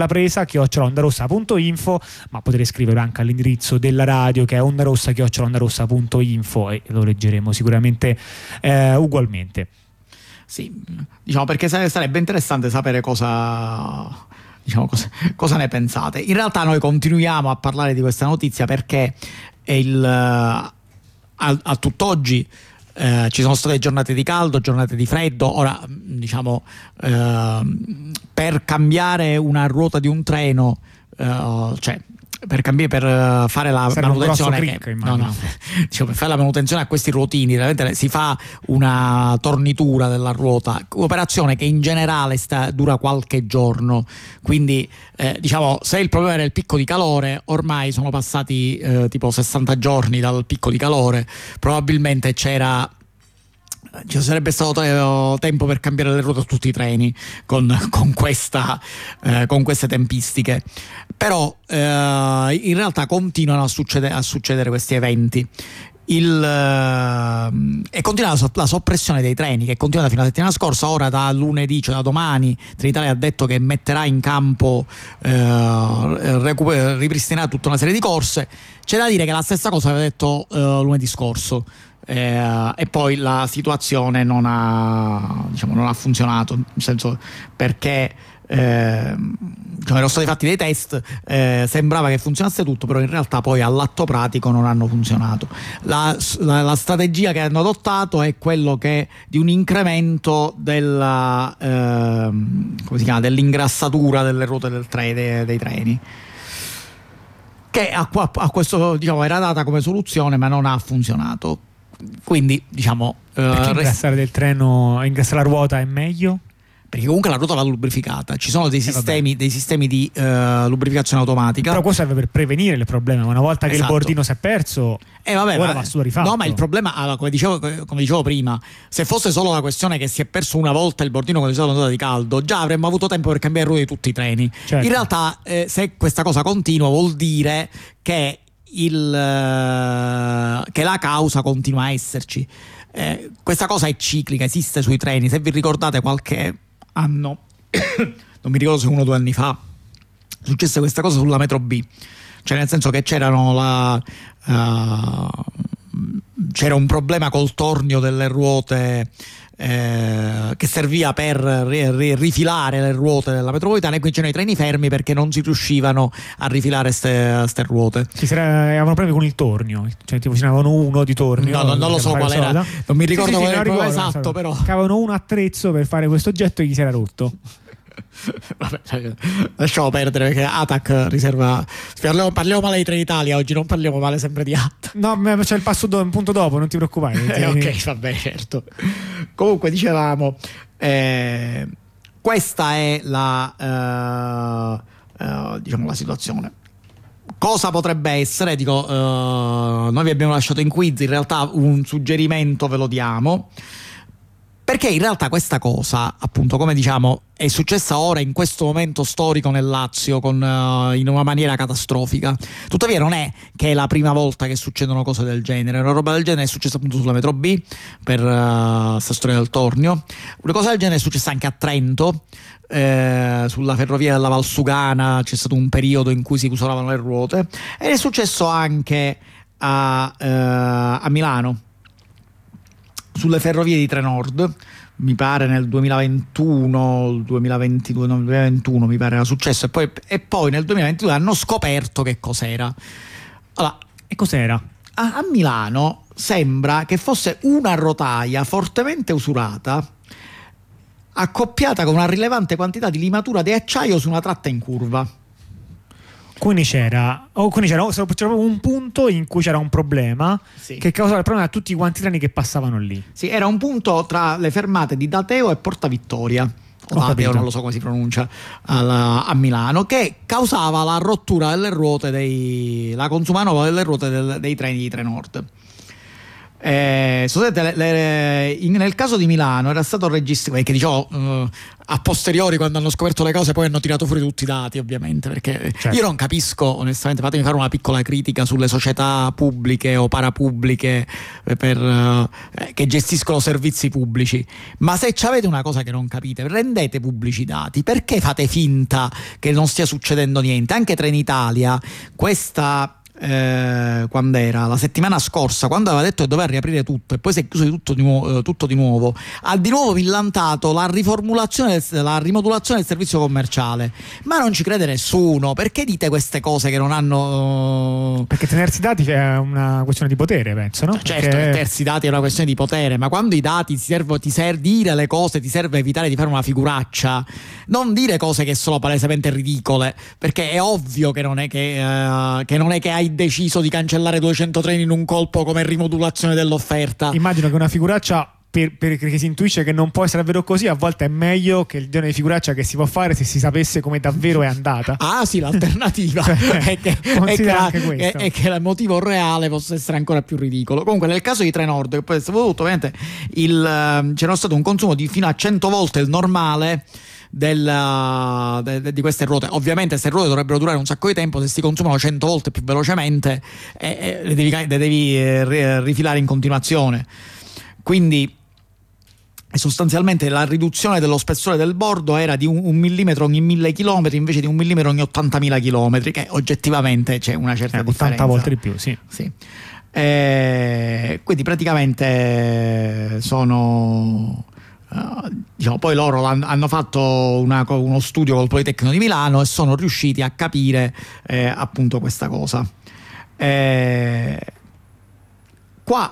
l'editanellappresa@ondarossa.info, ma potete scrivere anche all'indirizzo della radio che è ondarossa@ondarossa.info e lo leggeremo sicuramente ugualmente. Sì, diciamo, perché sarebbe interessante sapere cosa ne pensate. In realtà noi continuiamo a parlare di questa notizia perché a tutt'oggi ci sono state giornate di caldo, giornate di freddo. Ora, diciamo, per cambiare una ruota di un treno, cioè per fare la manutenzione diciamo, per fare la manutenzione a questi ruotini veramente si fa una tornitura della ruota, operazione che in generale dura qualche giorno, quindi diciamo, se il problema era il picco di calore, ormai sono passati tipo 60 giorni dal picco di calore, probabilmente ci sarebbe stato tempo per cambiare le ruote a tutti i treni con queste tempistiche, però in realtà continuano a succedere questi eventi. E continua la soppressione dei treni, che continua fino alla settimana scorsa. Ora da lunedì, cioè da domani, Trenitalia ha detto che metterà in campo, ripristinerà tutta una serie di corse. C'è da dire che la stessa cosa aveva detto lunedì scorso. E poi la situazione non ha funzionato, nel senso, perché erano stati fatti dei test, sembrava che funzionasse tutto, però in realtà poi all'atto pratico non hanno funzionato. La strategia che hanno adottato è quello di un incremento dell'ingrassatura delle ruote dei treni, che a questo, diciamo, era data come soluzione ma non ha funzionato. Quindi, diciamo, perché ingrassare del treno, ingrassare la ruota è meglio? Perché comunque la ruota va lubrificata, ci sono dei sistemi di lubrificazione automatica. Però questo serve per prevenire il problema. Una volta che il bordino si è perso, ora va solo rifatto. No, ma il problema, come dicevo prima, se fosse solo la questione che si è perso una volta il bordino quando c'è stata l'ondata di caldo, già avremmo avuto tempo per cambiare le ruote di tutti i treni. Certo. In realtà, se questa cosa continua, vuol dire che la causa continua a esserci. Questa cosa è ciclica, esiste sui treni. Se vi ricordate, qualche anno non mi ricordo se 1 o 2 anni fa successe questa cosa sulla metro B, cioè nel senso che c'era un problema col tornio delle ruote che serviva per rifilare le ruote della metropolitana, e quindi c'erano i treni fermi perché non si riuscivano a rifilare ste ruote. Avevano problemi con il tornio, cioè tipo ce n'avevano uno di tornio. Non lo so qual era, non mi ricordo qual era il problema esatto, però avevano un attrezzo per fare questo oggetto e gli si era rotto. Vabbè, lasciamo perdere, perché ATAC riserva. Parliamo male di Trenitalia oggi, non parliamo male sempre di ATAC. No, c'è il un punto dopo, non ti preoccupare. Ok, vabbè, certo. Comunque dicevamo, questa è la situazione. Cosa potrebbe essere? Noi vi abbiamo lasciato in quiz, in realtà un suggerimento ve lo diamo. Perché in realtà questa cosa, appunto, come diciamo, è successa ora in questo momento storico nel Lazio in una maniera catastrofica. Tuttavia non è che è la prima volta che succedono cose del genere. Una roba del genere è successa appunto sulla metro B per questa storia del tornio. Una cosa del genere è successa anche a Trento, sulla ferrovia della Valsugana c'è stato un periodo in cui si usuravano le ruote, ed è successo anche a Milano sulle ferrovie di Trenord, mi pare nel 2021 mi pare era successo, e poi nel 2022 hanno scoperto che cos'era. Allora, E cos'era? A Milano sembra che fosse una rotaia fortemente usurata, accoppiata con una rilevante quantità di limatura di acciaio su una tratta in curva. Quindi c'era proprio un punto in cui c'era un problema, Sì. che causava il problema a tutti quanti i treni che passavano lì. Sì, era un punto tra le fermate di Dateo e Porta Vittoria, o Ho Dateo, capito. non lo so come si pronuncia, a Milano, che causava la rottura delle ruote la consumanova delle ruote dei treni di Trenord. Nel caso di Milano era stato registrato, che diciamo a posteriori, quando hanno scoperto le cose, poi hanno tirato fuori tutti i dati, ovviamente, perché Certo. io non capisco, onestamente, fatemi fare una piccola critica sulle società pubbliche o parapubbliche che gestiscono servizi pubblici, ma se avete una cosa che non capite, rendete pubblici i dati, perché fate finta che non stia succedendo niente? Anche Trenitalia, quando era la settimana scorsa, quando aveva detto che doveva riaprire tutto e poi si è chiuso tutto di nuovo, ha di nuovo millantato la rimodulazione del servizio commerciale. Ma non ci crede nessuno. Perché dite queste cose che non hanno... Perché tenersi i dati è una questione di potere, penso, no? Certo, Perché- che terzi dati è una questione di potere, ma quando i dati ti serve dire le cose, ti serve evitare di fare una figuraccia, non dire cose che sono palesemente ridicole, perché è ovvio che non è che hai deciso di cancellare 200 treni in un colpo come rimodulazione dell'offerta. Immagino che una figuraccia, perché si intuisce che non può essere davvero così, a volte è meglio che il genere di figuraccia che si può fare se si sapesse come davvero è andata. Ah sì, l'alternativa Considera anche questo. è che il motivo reale possa essere ancora più ridicolo. Comunque nel caso di Trenord, che poi è stato voluto, ovviamente c'era stato un consumo di fino a 100 volte il normale di queste ruote. Ovviamente queste ruote dovrebbero durare un sacco di tempo, se si consumano 100 volte più velocemente le devi rifilare in continuazione. Quindi sostanzialmente la riduzione dello spessore del bordo era di un millimetro ogni 1000 chilometri invece di un millimetro ogni 80.000 chilometri, che oggettivamente c'è una certa 80 differenza. volte di più, sì. Sì. Quindi praticamente sono diciamo, poi loro hanno fatto uno studio col Politecnico di Milano e sono riusciti a capire appunto questa cosa. Qua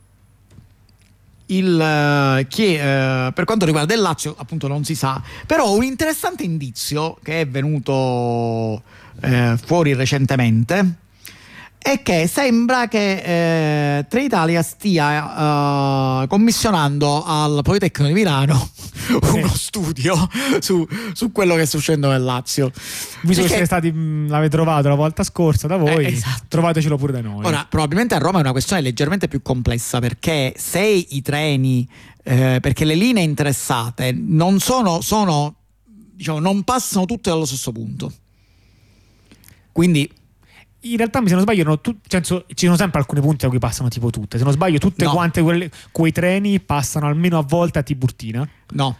per quanto riguarda il Lazio, appunto non si sa, però un interessante indizio che è venuto fuori recentemente è che sembra che Trenitalia stia commissionando al Politecnico di Milano uno studio su quello che sta succedendo nel Lazio. Visto Perché- che l'avete trovato la volta scorsa da voi, esatto. trovatecelo pure da noi. Ora, probabilmente a Roma è una questione leggermente più complessa, perché se i treni, perché le linee interessate non diciamo, non passano tutte dallo stesso punto. Quindi in realtà, se non sbaglio, ci sono sempre alcuni punti da cui passano tipo tutte. Se non sbaglio, tutte No. quante quei treni passano almeno a volte a Tiburtina. no,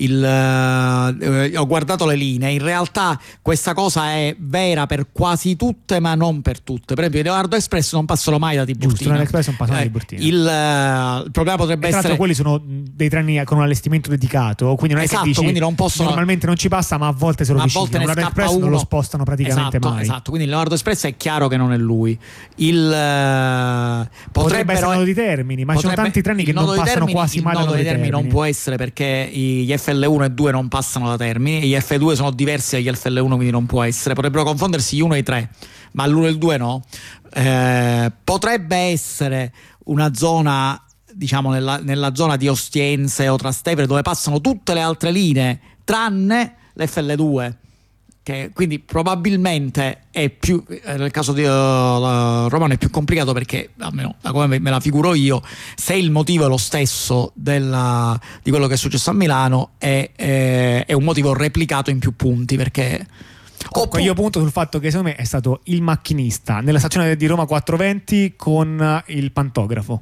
ho guardato le linee, in realtà questa cosa è vera per quasi tutte ma non per tutte. Per esempio i Leonardo Express non passano mai da Giusto, Tiburtina. l'Express non passano da Tiburtina. Il problema potrebbe E tra l'altro essere quelli sono dei treni con un allestimento dedicato, quindi non è Esatto, che dici, quindi non possono- normalmente non ci passa, ma a volte se lo a volte vicino. ne L'Express scappa non uno. lo spostano praticamente mai. Esatto, quindi il Leonardo Express è chiaro che non è lui. Potrebbe essere il nodo di Termini, ma ci sono tanti treni che non passano quasi mai il da nodo nodo di Termini. Non può essere, perché gli FL1 e 2 non passano da Termini, e gli F2 sono diversi dagli FL1, quindi non può essere. Potrebbero confondersi gli 1 e i 3, ma l'1 e il 2 no. Potrebbe essere una zona, diciamo nella zona di Ostiense o Trastevere, dove passano tutte le altre linee tranne l'FL2, che quindi probabilmente è più, nel caso di Romano è più complicato, perché almeno da come me la figuro io, se il motivo è lo stesso di quello che è successo a Milano, è un motivo replicato in più punti, perché Comunque io punto sul fatto che secondo me è stato il macchinista nella stazione di Roma 420 con il pantografo.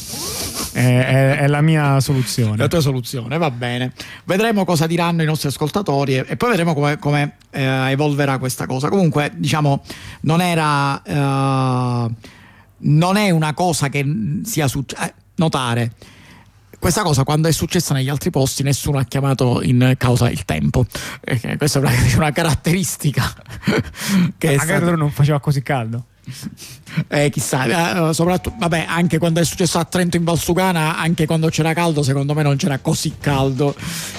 È la mia soluzione. la tua soluzione, va bene. Vedremo cosa diranno i nostri ascoltatori e poi vedremo come evolverà questa cosa. Comunque, diciamo, non è una cosa che sia notare. Questa cosa, quando è successa negli altri posti, nessuno ha chiamato in causa il tempo. Questa è una caratteristica che è Magari non faceva così caldo. Chissà, soprattutto, vabbè, anche quando è successo a Trento in Valsugana, anche quando c'era caldo, secondo me non c'era così caldo.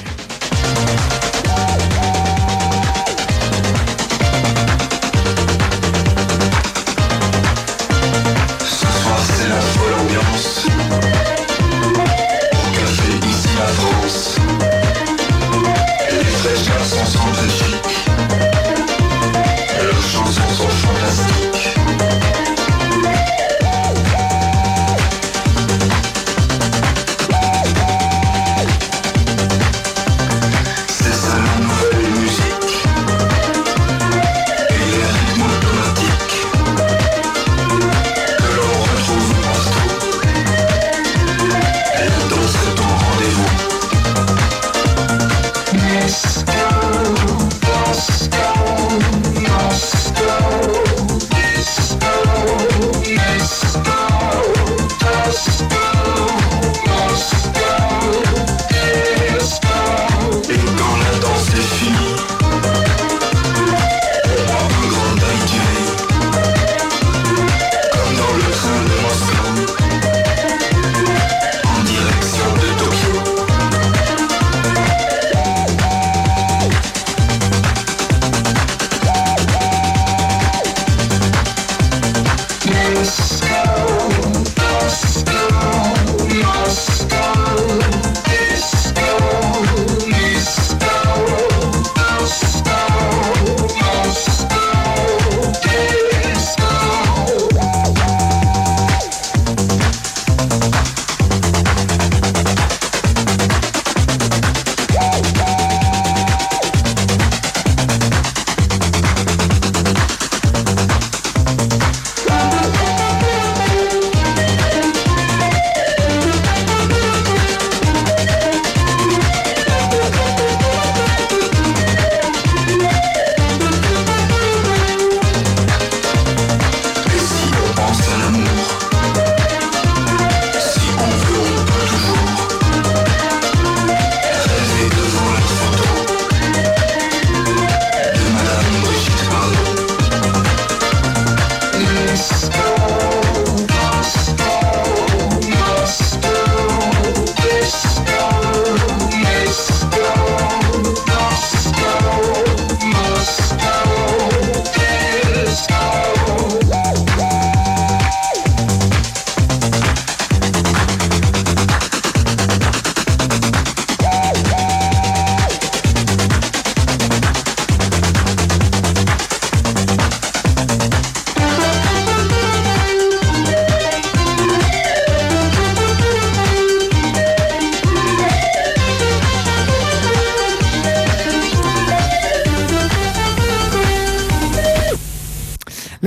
Le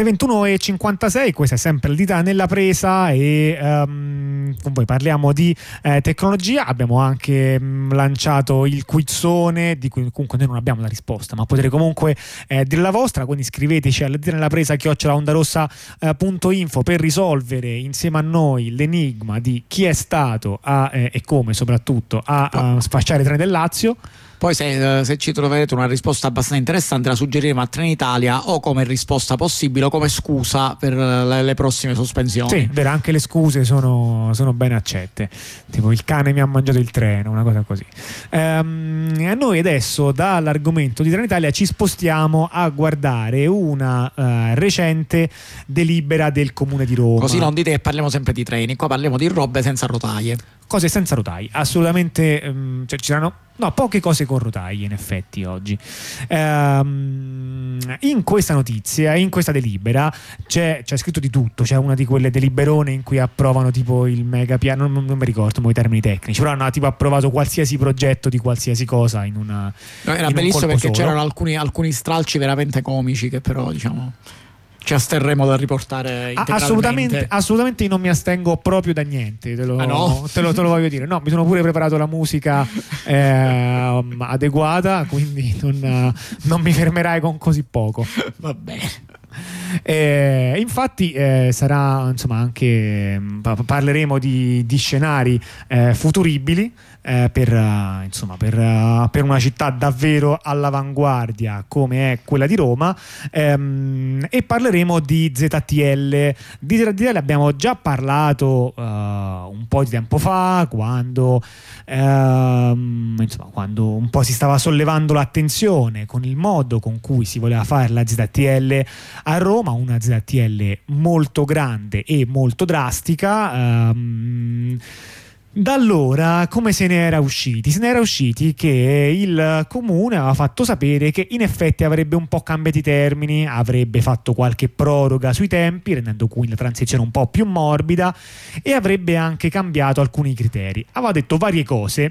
21:56, questa è sempre il Dita nella presa e con voi parliamo di tecnologia. Abbiamo anche lanciato il quizzone di cui comunque noi non abbiamo la risposta, ma potete comunque dire la vostra, quindi scriveteci al Dita nella presa @ondarossa.info per risolvere insieme a noi l'enigma di chi è stato e come soprattutto a sfasciare i treni del Lazio. Poi se ci troverete una risposta abbastanza interessante la suggeriremo a Trenitalia o come risposta possibile o come scusa per le prossime sospensioni. Sì, vero, anche le scuse sono ben accette, tipo il cane mi ha mangiato il treno, una cosa così. Noi adesso dall'argomento di Trenitalia ci spostiamo a guardare una recente delibera del Comune di Roma. Così non dite che parliamo sempre di treni, qua parliamo di robe senza rotaie. Cose senza rotaie, assolutamente, cioè ci saranno poche cose con rotaie in effetti oggi. In questa notizia, in questa delibera c'è scritto di tutto. C'è una di quelle deliberone in cui approvano tipo il mega piano, non mi ricordo i termini tecnici, però hanno tipo approvato qualsiasi progetto di qualsiasi cosa in una. No, era bellissimo perché c'erano alcuni stralci veramente comici che però diciamo ci asterremo da riportare integralmente. Assolutamente io non mi astengo proprio da niente, te lo voglio dire. No, mi sono pure preparato la musica adeguata, quindi non mi fermerai con così poco. Va bene. Infatti sarà, insomma, anche parleremo di scenari futuribili per una città davvero all'avanguardia come è quella di Roma, e parleremo di ZTL. Di ZTL abbiamo già parlato un po' di tempo fa, quando un po' si stava sollevando l'attenzione con il modo con cui si voleva fare la ZTL a Roma, una ZTL molto grande e molto drastica. Da allora come se ne era usciti? Se ne era usciti che il comune aveva fatto sapere che in effetti avrebbe un po' cambiato i termini, avrebbe fatto qualche proroga sui tempi, rendendo quindi la transizione un po' più morbida, e avrebbe anche cambiato alcuni criteri. Aveva detto varie cose,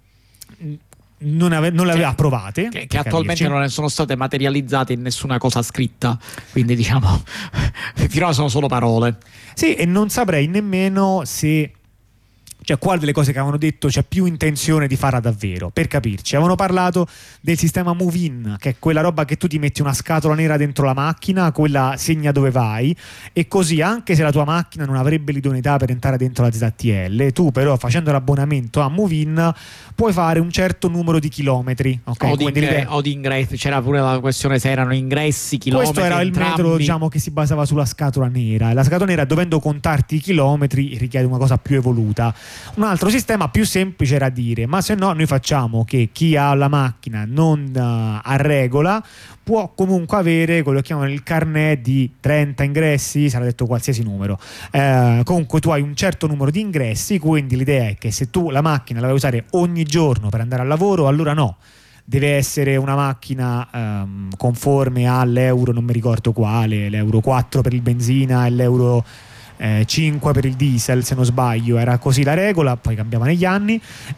non le aveva approvate, che attualmente non sono state materializzate in nessuna cosa scritta, quindi diciamo finora sono solo parole. Sì, e non saprei nemmeno se, cioè, quale delle cose che avevano detto c'è più intenzione di farla davvero. Per capirci, avevano parlato del sistema Move-in, che è quella roba che tu ti metti una scatola nera dentro la macchina, quella segna dove vai, e così anche se la tua macchina non avrebbe l'idoneità per entrare dentro la ZTL, tu però facendo l'abbonamento a Move-in puoi fare un certo numero di chilometri, okay? o di ingressi. C'era pure la questione se erano ingressi, chilometri. Questo era entrambi. il metodo, diciamo, che si basava sulla scatola nera, e la scatola nera, dovendo contarti i chilometri, richiede una cosa più evoluta. Un altro sistema più semplice era dire: ma se no noi facciamo che chi ha la macchina non a regola può comunque avere quello che chiamano il carnet di 30 ingressi, sarà detto qualsiasi numero, comunque tu hai un certo numero di ingressi, quindi l'idea è che se tu la macchina la vuoi usare ogni giorno per andare al lavoro, allora no, deve essere una macchina conforme all'euro, non mi ricordo quale, l'euro 4 per il benzina e l'euro 5 per il diesel, se non sbaglio era così la regola, poi cambiava negli anni.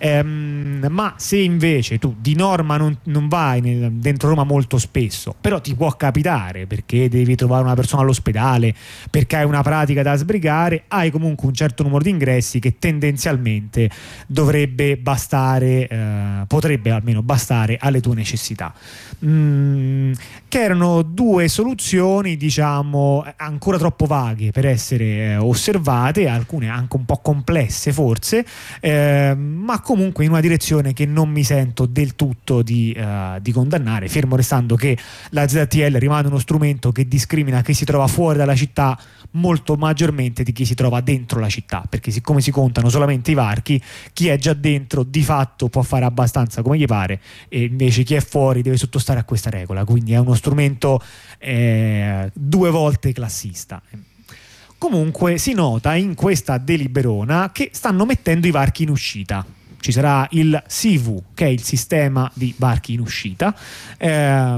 Ma se invece tu di norma non vai dentro Roma molto spesso, però ti può capitare perché devi trovare una persona all'ospedale, perché hai una pratica da sbrigare, hai comunque un certo numero di ingressi che tendenzialmente dovrebbe bastare, potrebbe almeno bastare alle tue necessità. Che erano due soluzioni, diciamo, ancora troppo vaghe per essere osservate, alcune anche un po' complesse forse, ma comunque in una direzione che non mi sento del tutto di condannare, fermo restando che la ZTL rimane uno strumento che discrimina chi si trova fuori dalla città molto maggiormente di chi si trova dentro la città, perché siccome si contano solamente i varchi, chi è già dentro di fatto può fare abbastanza come gli pare, e invece chi è fuori deve sottostare a questa regola, quindi è uno strumento due volte classista. Comunque si nota in questa deliberona che stanno mettendo i varchi in uscita. Ci sarà il SIVU, che è il sistema di varchi in uscita, e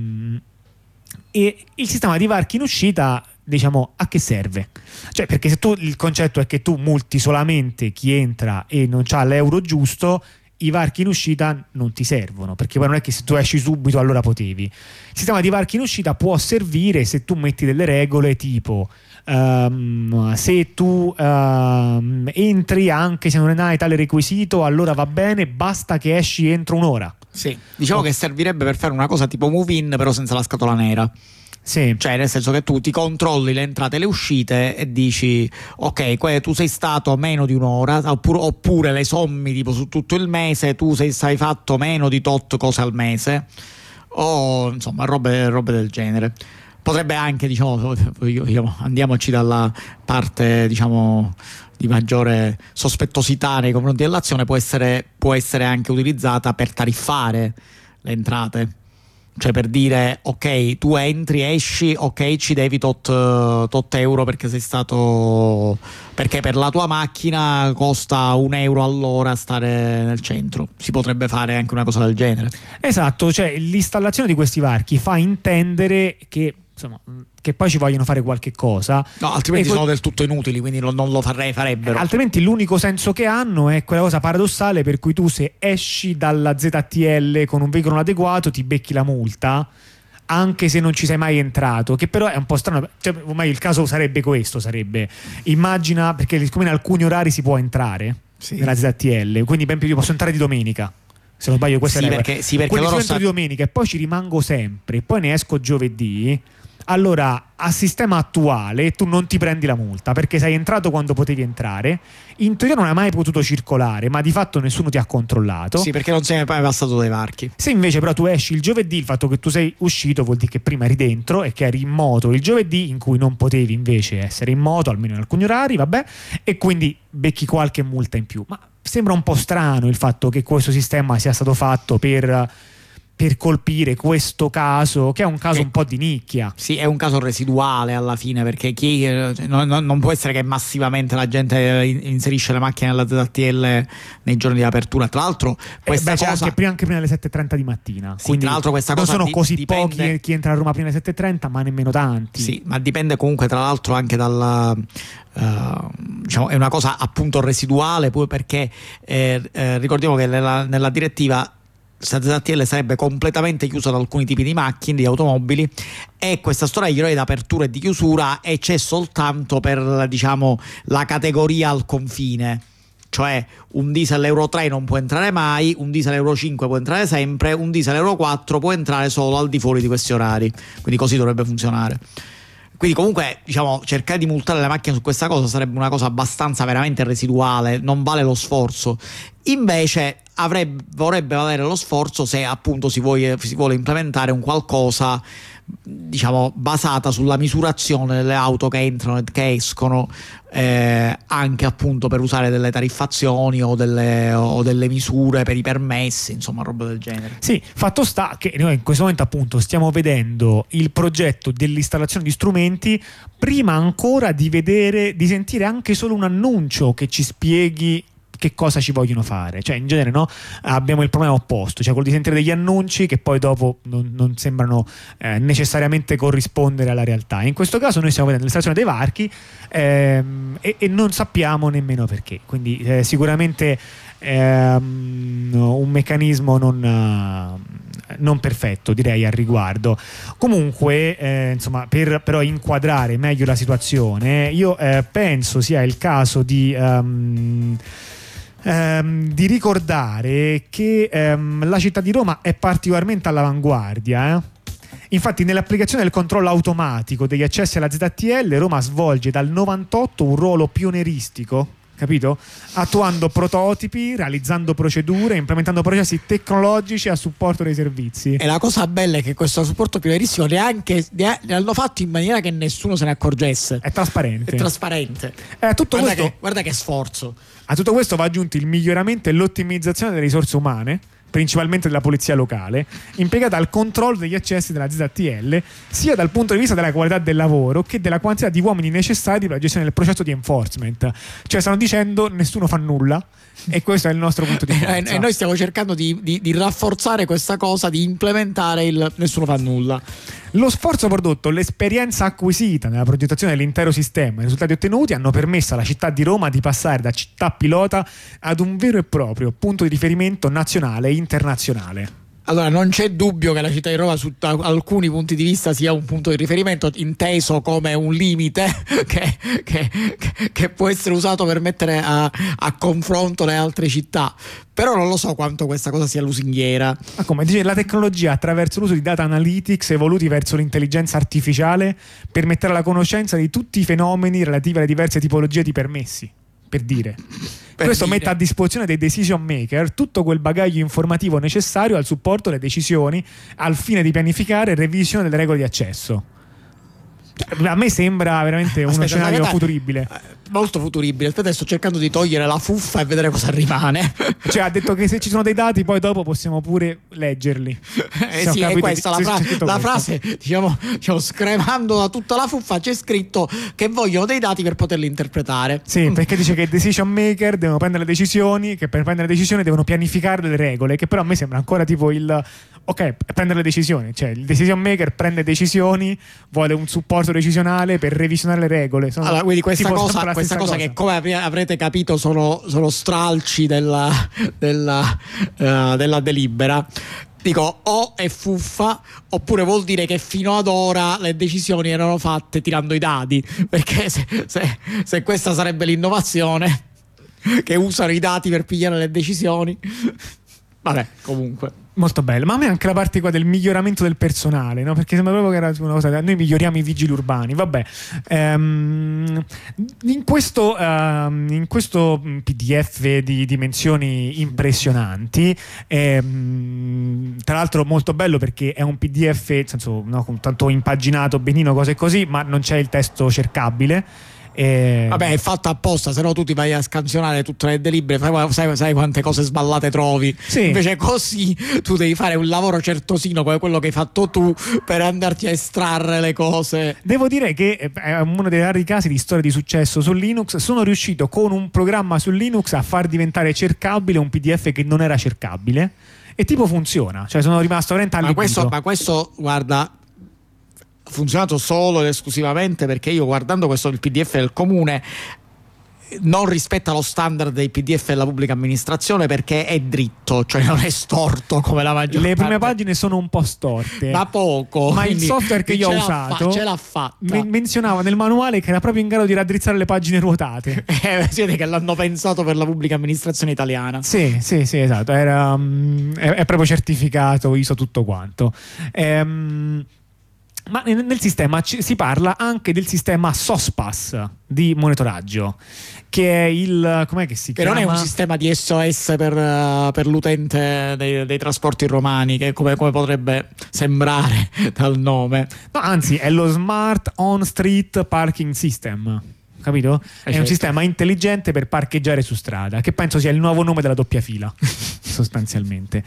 il sistema di varchi in uscita, diciamo, a che serve? Cioè, perché se tu, il concetto è che tu multi solamente chi entra e non c'ha l'euro giusto, i varchi in uscita non ti servono, perché poi non è che se tu esci subito allora potevi. Il sistema di varchi in uscita può servire se tu metti delle regole tipo se tu entri anche se non hai tale requisito, allora va bene, basta che esci entro un'ora. Sì, diciamo che servirebbe per fare una cosa tipo move-in però senza la scatola nera. Sì. Cioè, nel senso che tu ti controlli le entrate e le uscite e dici ok, tu sei stato meno di un'ora, oppure le sommi tipo su tutto il mese, tu sei fatto meno di tot cose al mese, o insomma robe del genere. Potrebbe anche, diciamo, andiamoci dalla parte, diciamo, di maggiore sospettosità nei confronti dell'azione, può essere anche utilizzata per tariffare le entrate. Cioè, per dire ok, tu entri, esci, ok, ci devi tot euro perché per la tua macchina costa €1 all'ora stare nel centro. Si potrebbe fare anche una cosa del genere. Esatto, cioè l'installazione di questi varchi fa intendere che, insomma, che poi ci vogliono fare qualche cosa, no, altrimenti sono del tutto inutili, quindi non lo farebbero. Altrimenti l'unico senso che hanno è quella cosa paradossale per cui tu, se esci dalla ZTL con un veicolo inadeguato, ti becchi la multa anche se non ci sei mai entrato, che però è un po' strano. Cioè, ormai il caso sarebbe questo, immagina, perché siccome in alcuni orari si può entrare nella ZTL, quindi per esempio io posso entrare di domenica, se non sbaglio, questa è perché quindi loro entro di domenica e poi ci rimango sempre, poi ne esco giovedì, allora a sistema attuale tu non ti prendi la multa perché sei entrato quando potevi entrare, in teoria non hai mai potuto circolare, ma di fatto nessuno ti ha controllato. Sì, perché non sei mai passato dai varchi. Se invece però tu esci il giovedì, il fatto che tu sei uscito vuol dire che prima eri dentro e che eri in moto il giovedì, in cui non potevi invece essere in moto, almeno in alcuni orari, vabbè, e quindi becchi qualche multa in più. Ma sembra un po' strano il fatto che questo sistema sia stato fatto per colpire questo caso, che è un caso un po' di nicchia. Sì, è un caso residuale alla fine, perché non può essere che massivamente la gente inserisce le macchine nella ZTL nei giorni di apertura. Tra l'altro questa cosa anche prima delle 7:30 di mattina. Sì, quindi tra l'altro questa non cosa sono così dipende... pochi chi entra a Roma prima delle 7:30, ma nemmeno tanti. Sì, ma dipende comunque tra l'altro anche dal diciamo, è una cosa appunto residuale, poi perché ricordiamo che nella direttiva ZTL sarebbe completamente chiusa da alcuni tipi di macchine, di automobili, e questa storia di orari di apertura e di chiusura e c'è soltanto per, diciamo, la categoria al confine. Cioè un diesel Euro 3 non può entrare mai, un diesel Euro 5 può entrare sempre, un diesel Euro 4 può entrare solo al di fuori di questi orari. Quindi così dovrebbe funzionare. Quindi comunque, diciamo, cercare di multare le macchine su questa cosa sarebbe una cosa abbastanza veramente residuale, non vale lo sforzo. Invece vorrebbe valere lo sforzo se appunto si vuole implementare un qualcosa, diciamo, basata sulla misurazione delle auto che entrano e che escono, anche appunto per usare delle tariffazioni o delle misure per i permessi, insomma, roba del genere. Sì, fatto sta che noi in questo momento appunto stiamo vedendo il progetto dell'installazione di strumenti prima ancora di sentire anche solo un annuncio che ci spieghi che cosa ci vogliono fare. Cioè in genere no, abbiamo il problema opposto, cioè quello di sentire degli annunci che poi dopo non sembrano necessariamente corrispondere alla realtà. In questo caso noi stiamo vedendo l'installazione dei varchi e non sappiamo nemmeno perché, quindi sicuramente un meccanismo non perfetto, direi, al riguardo. Comunque insomma, per però inquadrare meglio la situazione, io penso sia il caso di ricordare che la città di Roma è particolarmente all'avanguardia. Infatti nell'applicazione del controllo automatico degli accessi alla ZTL Roma svolge dal 98 un ruolo pionieristico, capito? Attuando prototipi, realizzando procedure, implementando processi tecnologici a supporto dei servizi. E la cosa bella è che questo supporto pionieristico ne hanno fatto in maniera che nessuno se ne accorgesse. È trasparente. Guarda che sforzo. A tutto questo va aggiunto il miglioramento e l'ottimizzazione delle risorse umane, principalmente della polizia locale, impiegata al controllo degli accessi della ZTL, sia dal punto di vista della qualità del lavoro che della quantità di uomini necessari per la gestione del processo di enforcement. Cioè stanno dicendo nessuno fa nulla, e questo è il nostro punto di forza. E noi stiamo cercando di rafforzare questa cosa, di implementare il nessuno fa nulla. Lo sforzo prodotto, l'esperienza acquisita nella progettazione dell'intero sistema e i risultati ottenuti hanno permesso alla città di Roma di passare da città pilota ad un vero e proprio punto di riferimento nazionale e internazionale. Allora, non c'è dubbio che la città di Roma, su alcuni punti di vista, sia un punto di riferimento, inteso come un limite che può essere usato per mettere a confronto le altre città. Però non lo so quanto questa cosa sia lusinghiera. Ma come dice, la tecnologia attraverso l'uso di data analytics evoluti verso l'intelligenza artificiale per mettere alla conoscenza di tutti i fenomeni relativi alle diverse tipologie di permessi, per dire. Questo mette a disposizione dei decision maker tutto quel bagaglio informativo necessario al supporto delle decisioni al fine di pianificare e revisione delle regole di accesso. A me sembra veramente uno scenario futuribile. Molto futuribile. Aspetta, sto cercando di togliere la fuffa e vedere cosa rimane. Cioè, ha detto che se ci sono dei dati, poi dopo possiamo pure leggerli. Sì, è questa la frase. Diciamo, scremando da tutta la fuffa, c'è scritto che vogliono dei dati per poterli interpretare. Sì, perché dice che i decision maker devono prendere le decisioni, che per prendere le decisioni devono pianificare le regole, che però a me sembra ancora tipo prendere le decisioni, cioè il decision maker prende decisioni, vuole un supporto decisionale per revisionare le regole. Allora, quindi questa cosa che, come avrete capito, sono stralci della delibera. Dico, o è fuffa, oppure vuol dire che fino ad ora le decisioni erano fatte tirando i dati, perché se questa sarebbe l'innovazione, che usano i dati per pigliare le decisioni. Vabbè, comunque. Molto bello, ma a me anche la parte qua del miglioramento del personale, no? Perché sembra proprio che era una cosa, noi miglioriamo i vigili urbani, vabbè. In questo PDF di dimensioni impressionanti, tra l'altro molto bello perché è un PDF, nel senso, no, tanto impaginato, benino, cose così, ma non c'è il testo cercabile. Vabbè, è fatto apposta, se no tu ti vai a scansionare tutte le delibere, sai quante cose sballate trovi. Sì. Invece così tu devi fare un lavoro certosino come quello che hai fatto tu per andarti a estrarre le cose. Devo dire che è uno dei rari casi di storia di successo su Linux. Sono riuscito con un programma su Linux a far diventare cercabile un PDF che non era cercabile, e tipo funziona, cioè sono rimasto veramente allibito. Ma questo, guarda, ha funzionato solo ed esclusivamente perché io, guardando questo il PDF del comune, non rispetta lo standard dei PDF della pubblica amministrazione perché è dritto, cioè non è storto come la maggior parte. Le prime pagine sono un po' storte, ma poco. Ma il software che io ho usato ce l'ha fatta. Menzionava nel manuale che era proprio in grado di raddrizzare le pagine ruotate. Si vede che l'hanno pensato per la pubblica amministrazione italiana. Sì, esatto, è proprio certificato ISO tutto quanto. Ma nel sistema si parla anche del sistema SOSPAS di monitoraggio, che è il, com'è che si chiama? Che non è un sistema di SOS per l'utente dei trasporti romani, che come potrebbe sembrare dal nome. No, anzi, è lo Smart On Street Parking System. Capito? È un sistema intelligente per parcheggiare su strada, che penso sia il nuovo nome della doppia fila, sostanzialmente.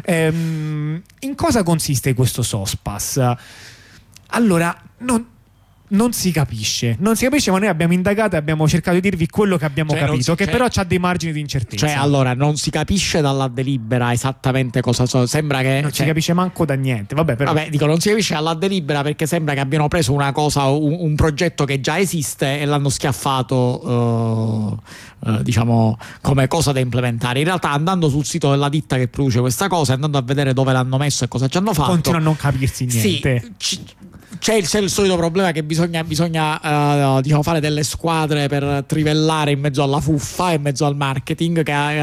In cosa consiste questo SOSPAS? Allora, non si capisce, ma noi abbiamo indagato e abbiamo cercato di dirvi quello che abbiamo capito, però c'ha dei margini di incertezza. Cioè, allora, non si capisce dalla delibera esattamente cosa sembra che non si capisce manco da niente. Vabbè, dico, non si capisce dalla delibera perché sembra che abbiano preso una cosa, un progetto che già esiste e l'hanno schiaffato diciamo come cosa da implementare. In realtà, andando sul sito della ditta che produce questa cosa, andando a vedere dove l'hanno messo e cosa ci hanno fatto, continua a non capirsi niente. Sì, c'è il solito problema che bisogna diciamo, fare delle squadre per trivellare in mezzo alla fuffa, in mezzo al marketing,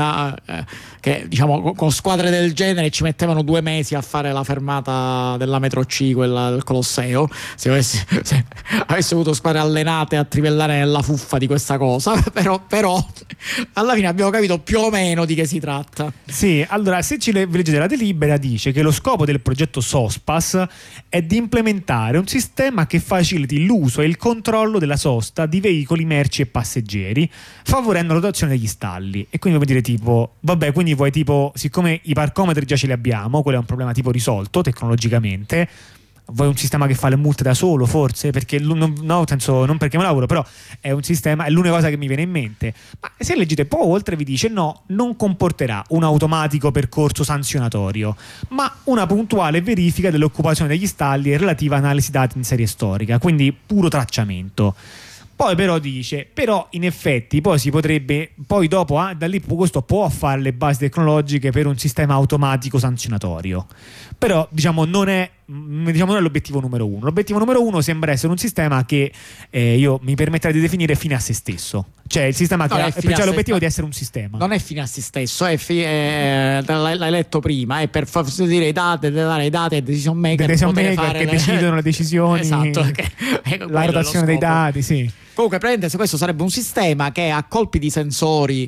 che diciamo con squadre del genere ci mettevano 2 mesi a fare la fermata della metro C, quella del Colosseo. Se avessi avuto squadre allenate a trivellare nella fuffa di questa cosa, però alla fine abbiamo capito più o meno di che si tratta. Sì, allora, se leggete la delibera, dice che lo scopo del progetto SOSPAS è di implementare un sistema che faciliti l'uso e il controllo della sosta di veicoli, merci e passeggeri, favorendo la dotazione degli stalli. E quindi vuol dire tipo, vabbè, quindi vuoi tipo, siccome i parcometri già ce li abbiamo, quello è un problema tipo risolto tecnologicamente, vuoi un sistema che fa le multe da solo, forse? Perché non perché me lavoro, però è un sistema, è l'unica cosa che mi viene in mente. Ma se leggete poi oltre vi dice no, non comporterà un automatico percorso sanzionatorio, ma una puntuale verifica dell'occupazione degli stalli e relativa analisi dati in serie storica, quindi puro tracciamento. Poi però dice, però in effetti poi si potrebbe, poi dopo da lì questo può fare le basi tecnologiche per un sistema automatico sanzionatorio, però diciamo non è l'obiettivo numero uno. L'obiettivo numero uno sembra essere un sistema che io mi permetterei di definire fine a se stesso, cioè il sistema che ha l'obiettivo di essere un sistema. Non è fine a se stesso, l'hai letto prima, è per far sentire dare i dati ai decision maker che decidono le decisioni, esatto, la rotazione dei dati, sì. Comunque, questo sarebbe un sistema che ha colpi di sensori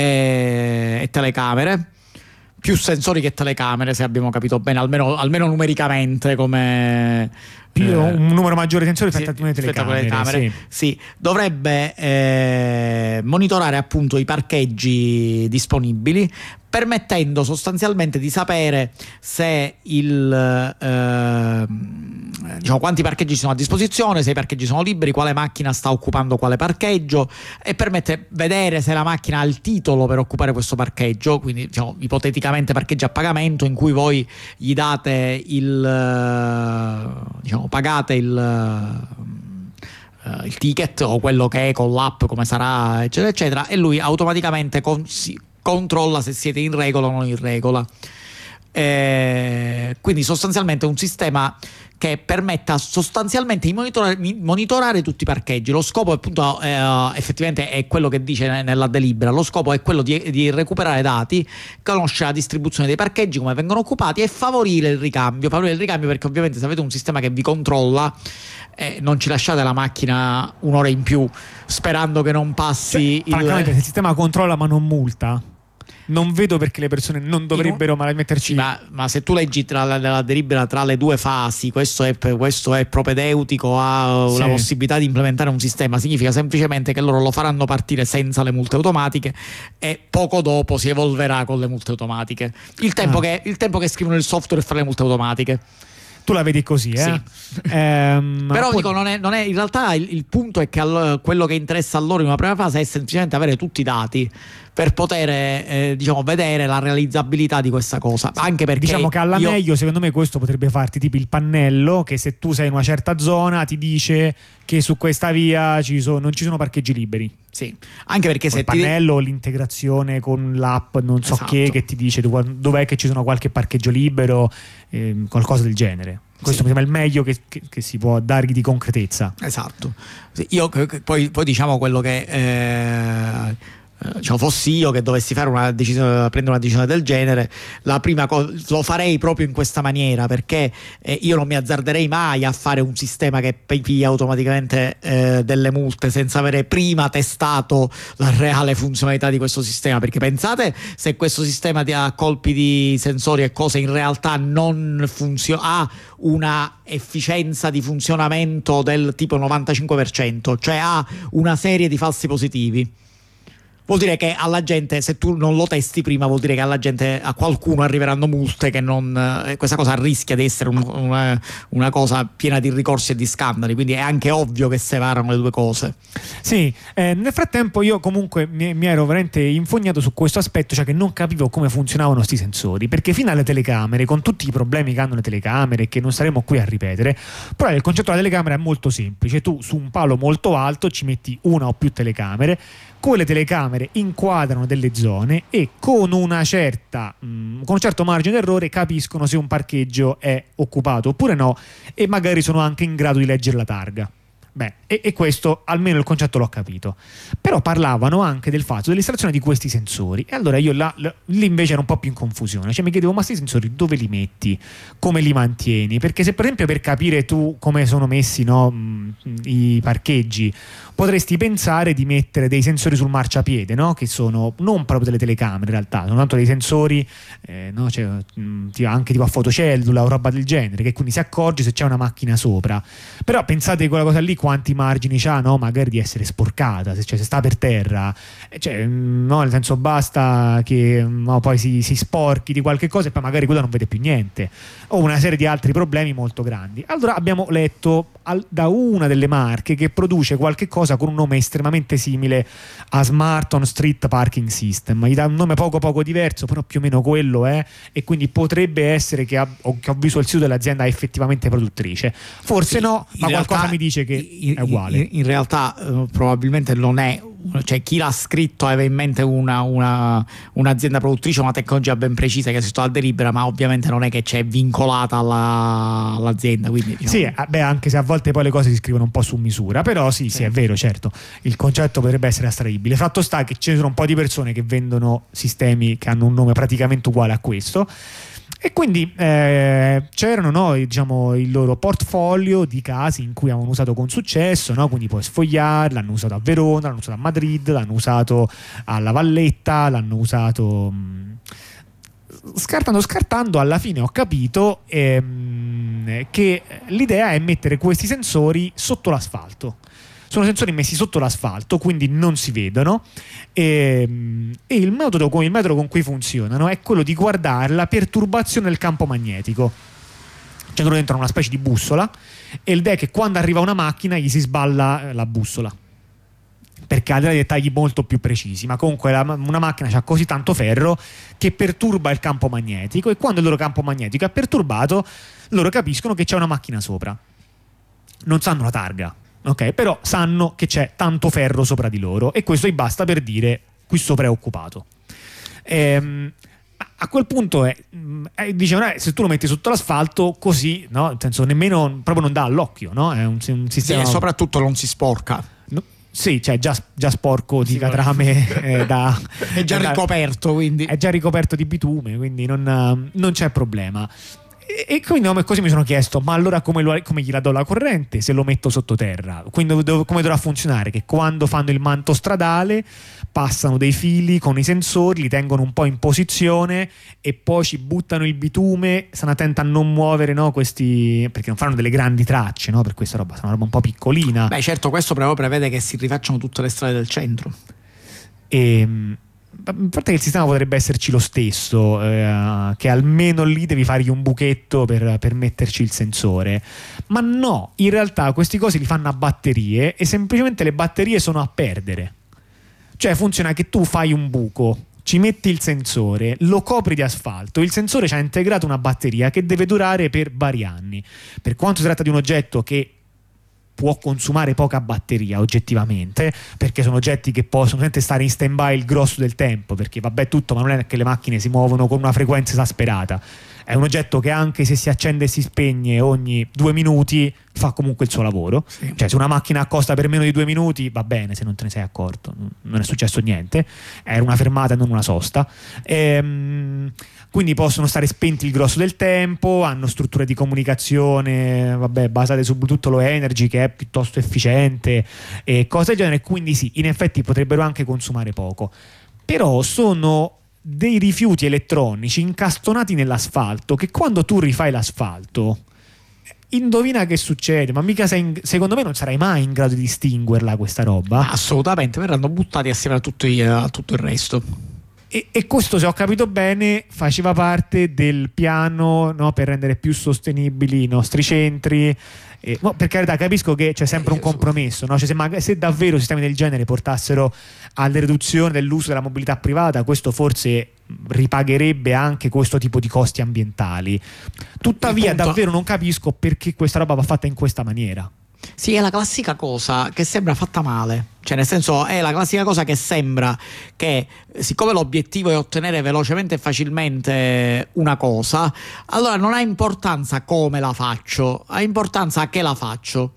e telecamere, più sensori che telecamere, se abbiamo capito bene, almeno numericamente, come un numero maggiore di sensori rispetto alle telecamere. Sì. Dovrebbe monitorare appunto i parcheggi disponibili, permettendo sostanzialmente di sapere se quanti parcheggi sono a disposizione, se i parcheggi sono liberi, quale macchina sta occupando quale parcheggio, e permette vedere se la macchina ha il titolo per occupare questo parcheggio, quindi ipoteticamente parcheggi a pagamento, in cui voi gli date pagate il ticket o quello che è con l'app, come sarà, eccetera eccetera, e lui automaticamente controlla se siete in regola o non in regola. Quindi sostanzialmente un sistema che permetta sostanzialmente di monitorare tutti i parcheggi. Lo scopo appunto effettivamente è quello che dice nella delibera, lo scopo è quello di recuperare dati, conoscere la distribuzione dei parcheggi, come vengono occupati, e favorire il ricambio perché ovviamente se avete un sistema che vi controlla, non ci lasciate la macchina un'ora in più sperando che non passi francamente, se il sistema controlla ma non multa, non vedo perché le persone non dovrebbero mai metterci. Ma se tu leggi la delibera tra le due fasi, questo è propedeutico a la possibilità di implementare un sistema, significa semplicemente che loro lo faranno partire senza le multe automatiche e poco dopo si evolverà con le multe automatiche. Il tempo che scrivono il software e fare le multe automatiche. Tu la vedi così, sì. Però dico, non è, in realtà il punto è che quello che interessa a loro in una prima fase è semplicemente avere tutti i dati per poter vedere la realizzabilità di questa cosa. Anche perché diciamo che alla meglio, secondo me, questo potrebbe farti tipo il pannello che se tu sei in una certa zona ti dice che su questa via non ci sono parcheggi liberi. Sì, anche perché se il pannello, l'integrazione con l'app, non so che ti dice dov'è che ci sono qualche parcheggio libero, qualcosa del genere. Questo mi sembra il meglio che si può dargli di concretezza. Esatto. Sì, io poi diciamo quello che fossi io che dovessi fare prendere una decisione del genere, la prima cosa lo farei proprio in questa maniera, perché io non mi azzarderei mai a fare un sistema che piglia automaticamente delle multe senza avere prima testato la reale funzionalità di questo sistema. Perché pensate, se questo sistema a colpi di sensori e cose in realtà non ha una efficienza di funzionamento del tipo 95%, cioè ha una serie di falsi positivi, vuol dire che alla gente, se tu non lo testi prima, vuol dire che a qualcuno arriveranno multe che questa cosa rischia di essere una cosa piena di ricorsi e di scandali, quindi è anche ovvio che separano le due cose. Sì, nel frattempo io comunque mi ero veramente infognato su questo aspetto, cioè che non capivo come funzionavano sti sensori, perché fino alle telecamere, con tutti i problemi che hanno le telecamere che non saremo qui a ripetere, però il concetto della telecamera è molto semplice. Tu su un palo molto alto ci metti una o più telecamere, quelle telecamere inquadrano delle zone e con con un certo margine d'errore capiscono se un parcheggio è occupato oppure no, e magari sono anche in grado di leggere la targa. Beh, e questo almeno il concetto l'ho capito. Però parlavano anche del fatto dell'installazione di questi sensori, e allora io lì invece ero un po' più in confusione, cioè mi chiedevo: ma questi sensori dove li metti? Come li mantieni? Perché se per esempio per capire tu come sono messi i parcheggi potresti pensare di mettere dei sensori sul marciapiede, no? Che sono non proprio delle telecamere, in realtà sono tanto dei sensori anche tipo a fotocellula o roba del genere, che quindi si accorge se c'è una macchina sopra. Però pensate quella cosa lì quanti margini c'ha, no? Magari di essere sporcata, se sta per terra, nel senso, basta che poi si sporchi di qualche cosa e poi magari quella non vede più niente, o una serie di altri problemi molto grandi. Allora abbiamo letto da una delle marche che produce qualche cosa con un nome estremamente simile a Smart On Street Parking System, gli dà un nome poco diverso, però più o meno quello è, e quindi potrebbe essere che ho visto il sito dell'azienda effettivamente produttrice, forse sì, no, ma qualcosa mi dice che è uguale. In realtà probabilmente non è, cioè chi l'ha scritto aveva in mente un'azienda produttrice, una tecnologia ben precisa che è scritto alla delibera, ma ovviamente non è che c'è vincolata all'azienda, quindi sì, anche se a volte poi le cose si scrivono un po' su misura, però sì, è vero, certo, il concetto potrebbe essere astraibile. Fatto sta che ci sono un po' di persone che vendono sistemi che hanno un nome praticamente uguale a questo, e quindi c'erano il loro portfolio di casi in cui avevano usato con successo, no? Quindi puoi sfogliare, l'hanno usato a Verona, l'hanno usato a Madrid, l'hanno usato alla Valletta, l'hanno usato scartando alla fine ho capito che l'idea è mettere questi sensori sotto l'asfalto. Sono sensori messi sotto l'asfalto, quindi non si vedono, e il metodo con cui funzionano è quello di guardare la perturbazione del campo magnetico. C'è dentro una specie di bussola, e l'idea è che quando arriva una macchina gli si sballa la bussola, perché ha dei dettagli molto più precisi, ma comunque una macchina ha così tanto ferro che perturba il campo magnetico, e quando il loro campo magnetico è perturbato loro capiscono che c'è una macchina sopra. Non sanno la targa, ok, però sanno che c'è tanto ferro sopra di loro, e questo gli basta per dire qui sopra è occupato. A quel punto dicevano se tu lo metti sotto l'asfalto così, no? Nel senso nemmeno proprio non dà all'occhio, no? È un sistema. Sì, e soprattutto non si sporca. No, sì, cioè già sporco di catrame è già ricoperto, quindi è già ricoperto di bitume, quindi non c'è problema. E quindi così mi sono chiesto, ma allora come gli la do la corrente se lo metto sottoterra? Quindi come dovrà funzionare? Che quando fanno il manto stradale passano dei fili con i sensori, li tengono un po' in posizione e poi ci buttano il bitume, stanno attenti a non muovere, no, questi, perché non fanno delle grandi tracce, no, per questa roba, sono una roba un po' piccolina. Beh, certo, questo però prevede che si rifacciano tutte le strade del centro. A parte che il sistema potrebbe esserci lo stesso, che almeno lì devi fargli un buchetto per metterci il sensore, ma no, in realtà questi cosi li fanno a batterie e semplicemente le batterie sono a perdere. Cioè funziona che tu fai un buco, ci metti il sensore, lo copri di asfalto, il sensore ci ha integrato una batteria che deve durare per vari anni. Per quanto si tratta di un oggetto che può consumare poca batteria oggettivamente, perché sono oggetti che possono stare in stand by il grosso del tempo, perché vabbè tutto, ma non è che le macchine si muovono con una frequenza esasperata. È un oggetto che anche se si accende e si spegne ogni 2 minuti fa comunque il suo lavoro. Sì. Cioè se una macchina accosta per meno di 2 minuti va bene, se non te ne sei accorto non è successo niente, era una fermata e non una sosta. Quindi possono stare spenti il grosso del tempo, hanno strutture di comunicazione basate su Bluetooth Low Energy, che è piuttosto efficiente e cose del genere, quindi sì, in effetti potrebbero anche consumare poco, però sono dei rifiuti elettronici incastonati nell'asfalto che quando tu rifai l'asfalto, indovina che succede? Ma mica secondo me non sarai mai in grado di distinguerla questa roba. Assolutamente, verranno buttati assieme a tutto il resto. E questo, se ho capito bene, faceva parte del piano, no, per rendere più sostenibili i nostri centri. No, per carità, capisco che c'è sempre un compromesso, no? Cioè, se davvero sistemi del genere portassero alla riduzione dell'uso della mobilità privata, questo forse ripagherebbe anche questo tipo di costi ambientali. Tuttavia davvero non capisco perché questa roba va fatta in questa maniera. Sì, è la classica cosa che sembra fatta male, cioè nel senso è la classica cosa che sembra che, siccome l'obiettivo è ottenere velocemente e facilmente una cosa, allora non ha importanza come la faccio, ha importanza a che la faccio.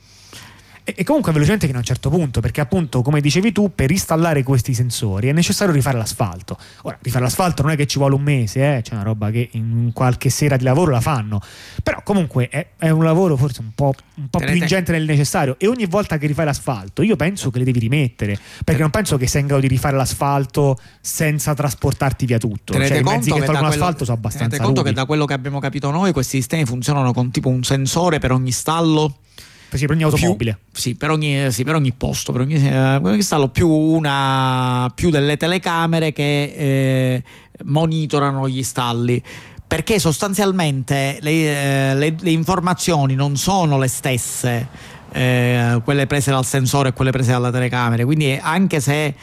E comunque velocemente fino a un certo punto, perché appunto, come dicevi tu, per installare questi sensori è necessario rifare l'asfalto. Ora, rifare l'asfalto non è che ci vuole un mese, c'è una roba che in qualche sera di lavoro la fanno, però comunque è un lavoro forse un po' più ingente del necessario, e ogni volta che rifai l'asfalto io penso che le devi rimettere, perché non penso che sei in grado di rifare l'asfalto senza trasportarti via tutto. Cioè i mezzi che tolgono l'asfalto sono abbastanza tenete conto che da quello che abbiamo capito noi questi sistemi funzionano con tipo un sensore per ogni stallo. Sì, per ogni automobile. Per ogni posto, per ogni stallo, più delle telecamere che monitorano gli stalli, perché sostanzialmente le informazioni non sono le stesse, quelle prese dal sensore e quelle prese dalla telecamera, quindi anche se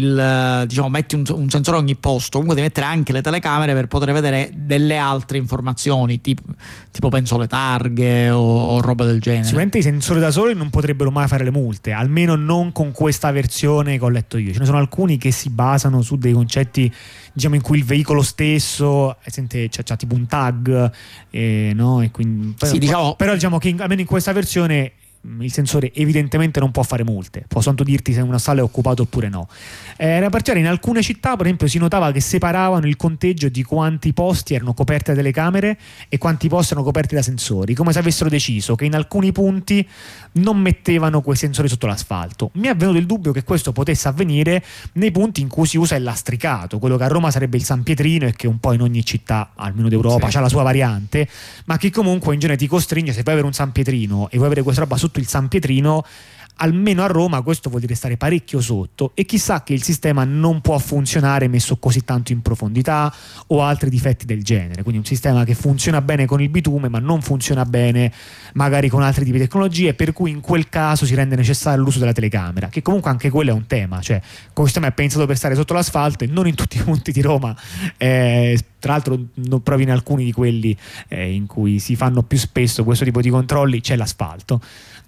metti un sensore a ogni posto, comunque devi mettere anche le telecamere per poter vedere delle altre informazioni, tipo penso le targhe o roba del genere. Sicuramente i sensori da soli non potrebbero mai fare le multe, almeno non con questa versione che ho letto io. Ce ne sono alcuni che si basano su dei concetti, diciamo, in cui il veicolo stesso c'ha tipo un tag, no? E quindi, sì, però diciamo che almeno in questa versione il sensore evidentemente non può fare multe, può soltanto dirti se una sala è occupata oppure no. In particolare in alcune città, per esempio, si notava che separavano il conteggio di quanti posti erano coperti da telecamere e quanti posti erano coperti da sensori, come se avessero deciso che in alcuni punti non mettevano quei sensori sotto l'asfalto. Mi è venuto il dubbio che questo potesse avvenire nei punti in cui si usa il lastricato, quello che a Roma sarebbe il San Pietrino e che un po' in ogni città, almeno d'Europa, c'ha la sua variante, ma che comunque in genere ti costringe, se vuoi avere un San Pietrino e vuoi avere questa roba sotto il San Pietrino, almeno a Roma questo vuol dire stare parecchio sotto, e chissà che il sistema non può funzionare messo così tanto in profondità o altri difetti del genere. Quindi un sistema che funziona bene con il bitume ma non funziona bene magari con altri tipi di tecnologie, per cui in quel caso si rende necessario l'uso della telecamera, che comunque anche quello è un tema. Cioè questo sistema è pensato per stare sotto l'asfalto e non in tutti i punti di Roma, tra l'altro proprio in alcuni di quelli in cui si fanno più spesso questo tipo di controlli c'è l'asfalto,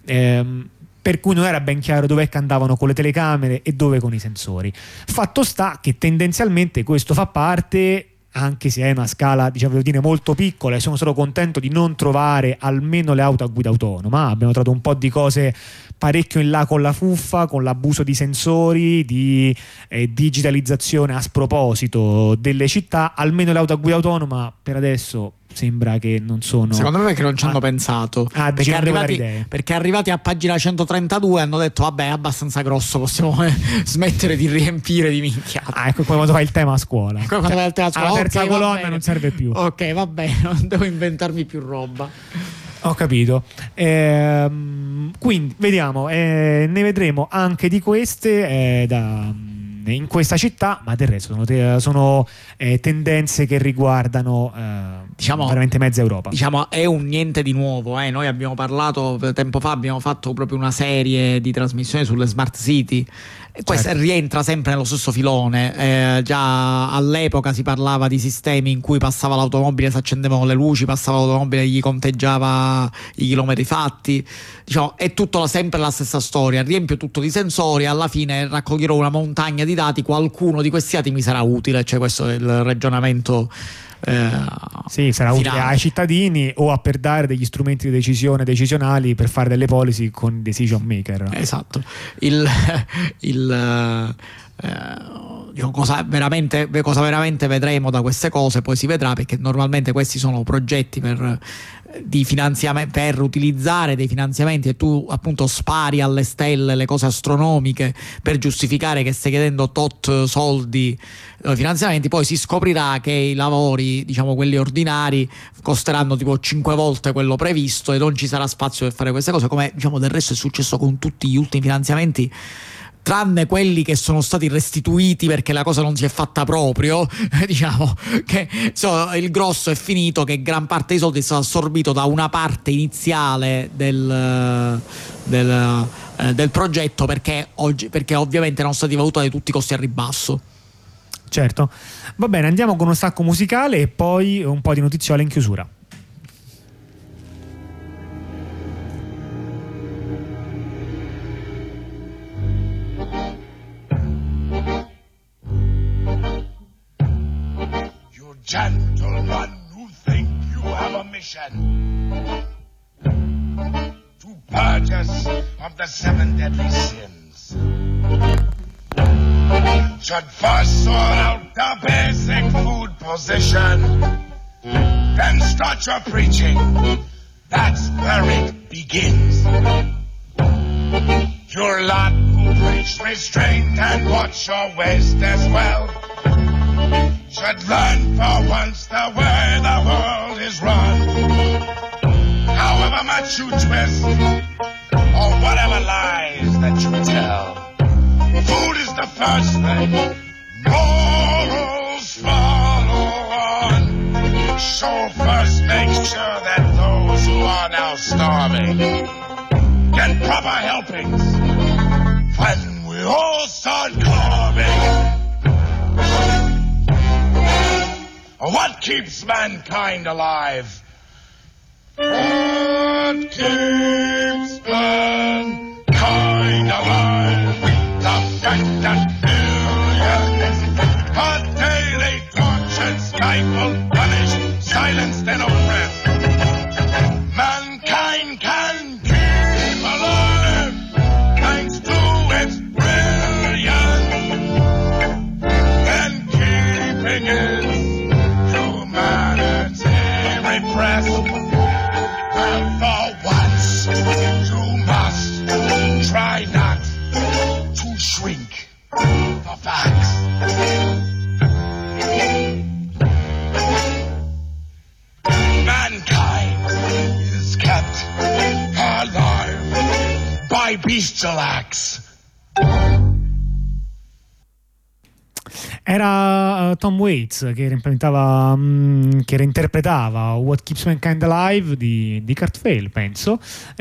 per cui non era ben chiaro dov'è che andavano con le telecamere e dove con i sensori. Fatto sta che tendenzialmente questo fa parte anche se è una scala, diciamo, devo dire, molto piccola, e sono stato contento di non trovare almeno le auto a guida autonoma. Abbiamo trovato un po' di cose parecchio in là con la fuffa, con l'abuso di sensori, di digitalizzazione a sproposito delle città. Almeno l'auto a guida autonoma per adesso sembra che non sono, secondo me, che non ci hanno pensato, perché arrivati a pagina 132 hanno detto vabbè, è abbastanza grosso, possiamo smettere di riempire di minchiate. Ecco quando fai il tema a scuola, la terza colonna non serve più. Ok, va bene, non devo inventarmi più roba. Ho capito. Quindi vediamo, ne vedremo anche di queste in questa città, ma del resto sono tendenze che riguardano diciamo, veramente mezza Europa. Diciamo, è un niente di nuovo. Noi abbiamo parlato tempo fa, abbiamo fatto proprio una serie di trasmissioni sulle smart city. Questa rientra sempre nello stesso filone. Già all'epoca si parlava di sistemi in cui passava l'automobile, si accendevano le luci, passava l'automobile e gli conteggiava i chilometri fatti. Diciamo, è tutto sempre la stessa storia. Riempio tutto di sensori, alla fine raccoglierò una montagna di dati, qualcuno di questi dati mi sarà utile. Cioè, questo è il ragionamento. Sì, sarà utile ai cittadini o per dare degli strumenti di decisione decisionali per fare delle policy con decision maker. Esatto. Cosa veramente vedremo da queste cose poi si vedrà, perché normalmente questi sono progetti per utilizzare dei finanziamenti, e tu appunto spari alle stelle le cose astronomiche per giustificare che stai chiedendo tot soldi finanziamenti. Poi si scoprirà che i lavori, diciamo quelli ordinari, costeranno tipo 5 volte quello previsto e non ci sarà spazio per fare queste cose, come diciamo del resto è successo con tutti gli ultimi finanziamenti, tranne quelli che sono stati restituiti perché la cosa non si è fatta proprio. Diciamo che il grosso è finito, che gran parte dei soldi è stato assorbito da una parte iniziale del progetto, perché ovviamente erano stati valutati tutti i costi a ribasso. Certo. Va bene, andiamo con uno stacco musicale e poi un po' di notiziole in chiusura. Gentlemen who think you have a mission to purge us of the 7 deadly sins should first sort out the basic food position, then start your preaching. That's where it begins. Your lot who preach restraint and watch your waist as well should learn for once the way the world is run. However much you twist, or whatever lies that you tell, food is the first thing, morals follow on. So first make sure that those who are now starving get proper helpings when we all start carving. What keeps mankind alive? What keeps mankind alive? The fact that millions are daily tortured, stifled, punished, silenced, and oppressed. Mankind can keep alive thanks to its brilliance and keeping its repressed. And for once, you must try not to shrink the facts. Mankind is kept alive by bestial acts. Era Tom Waits che reinterpretava What Keeps Mankind Alive di Kurt Weill, penso.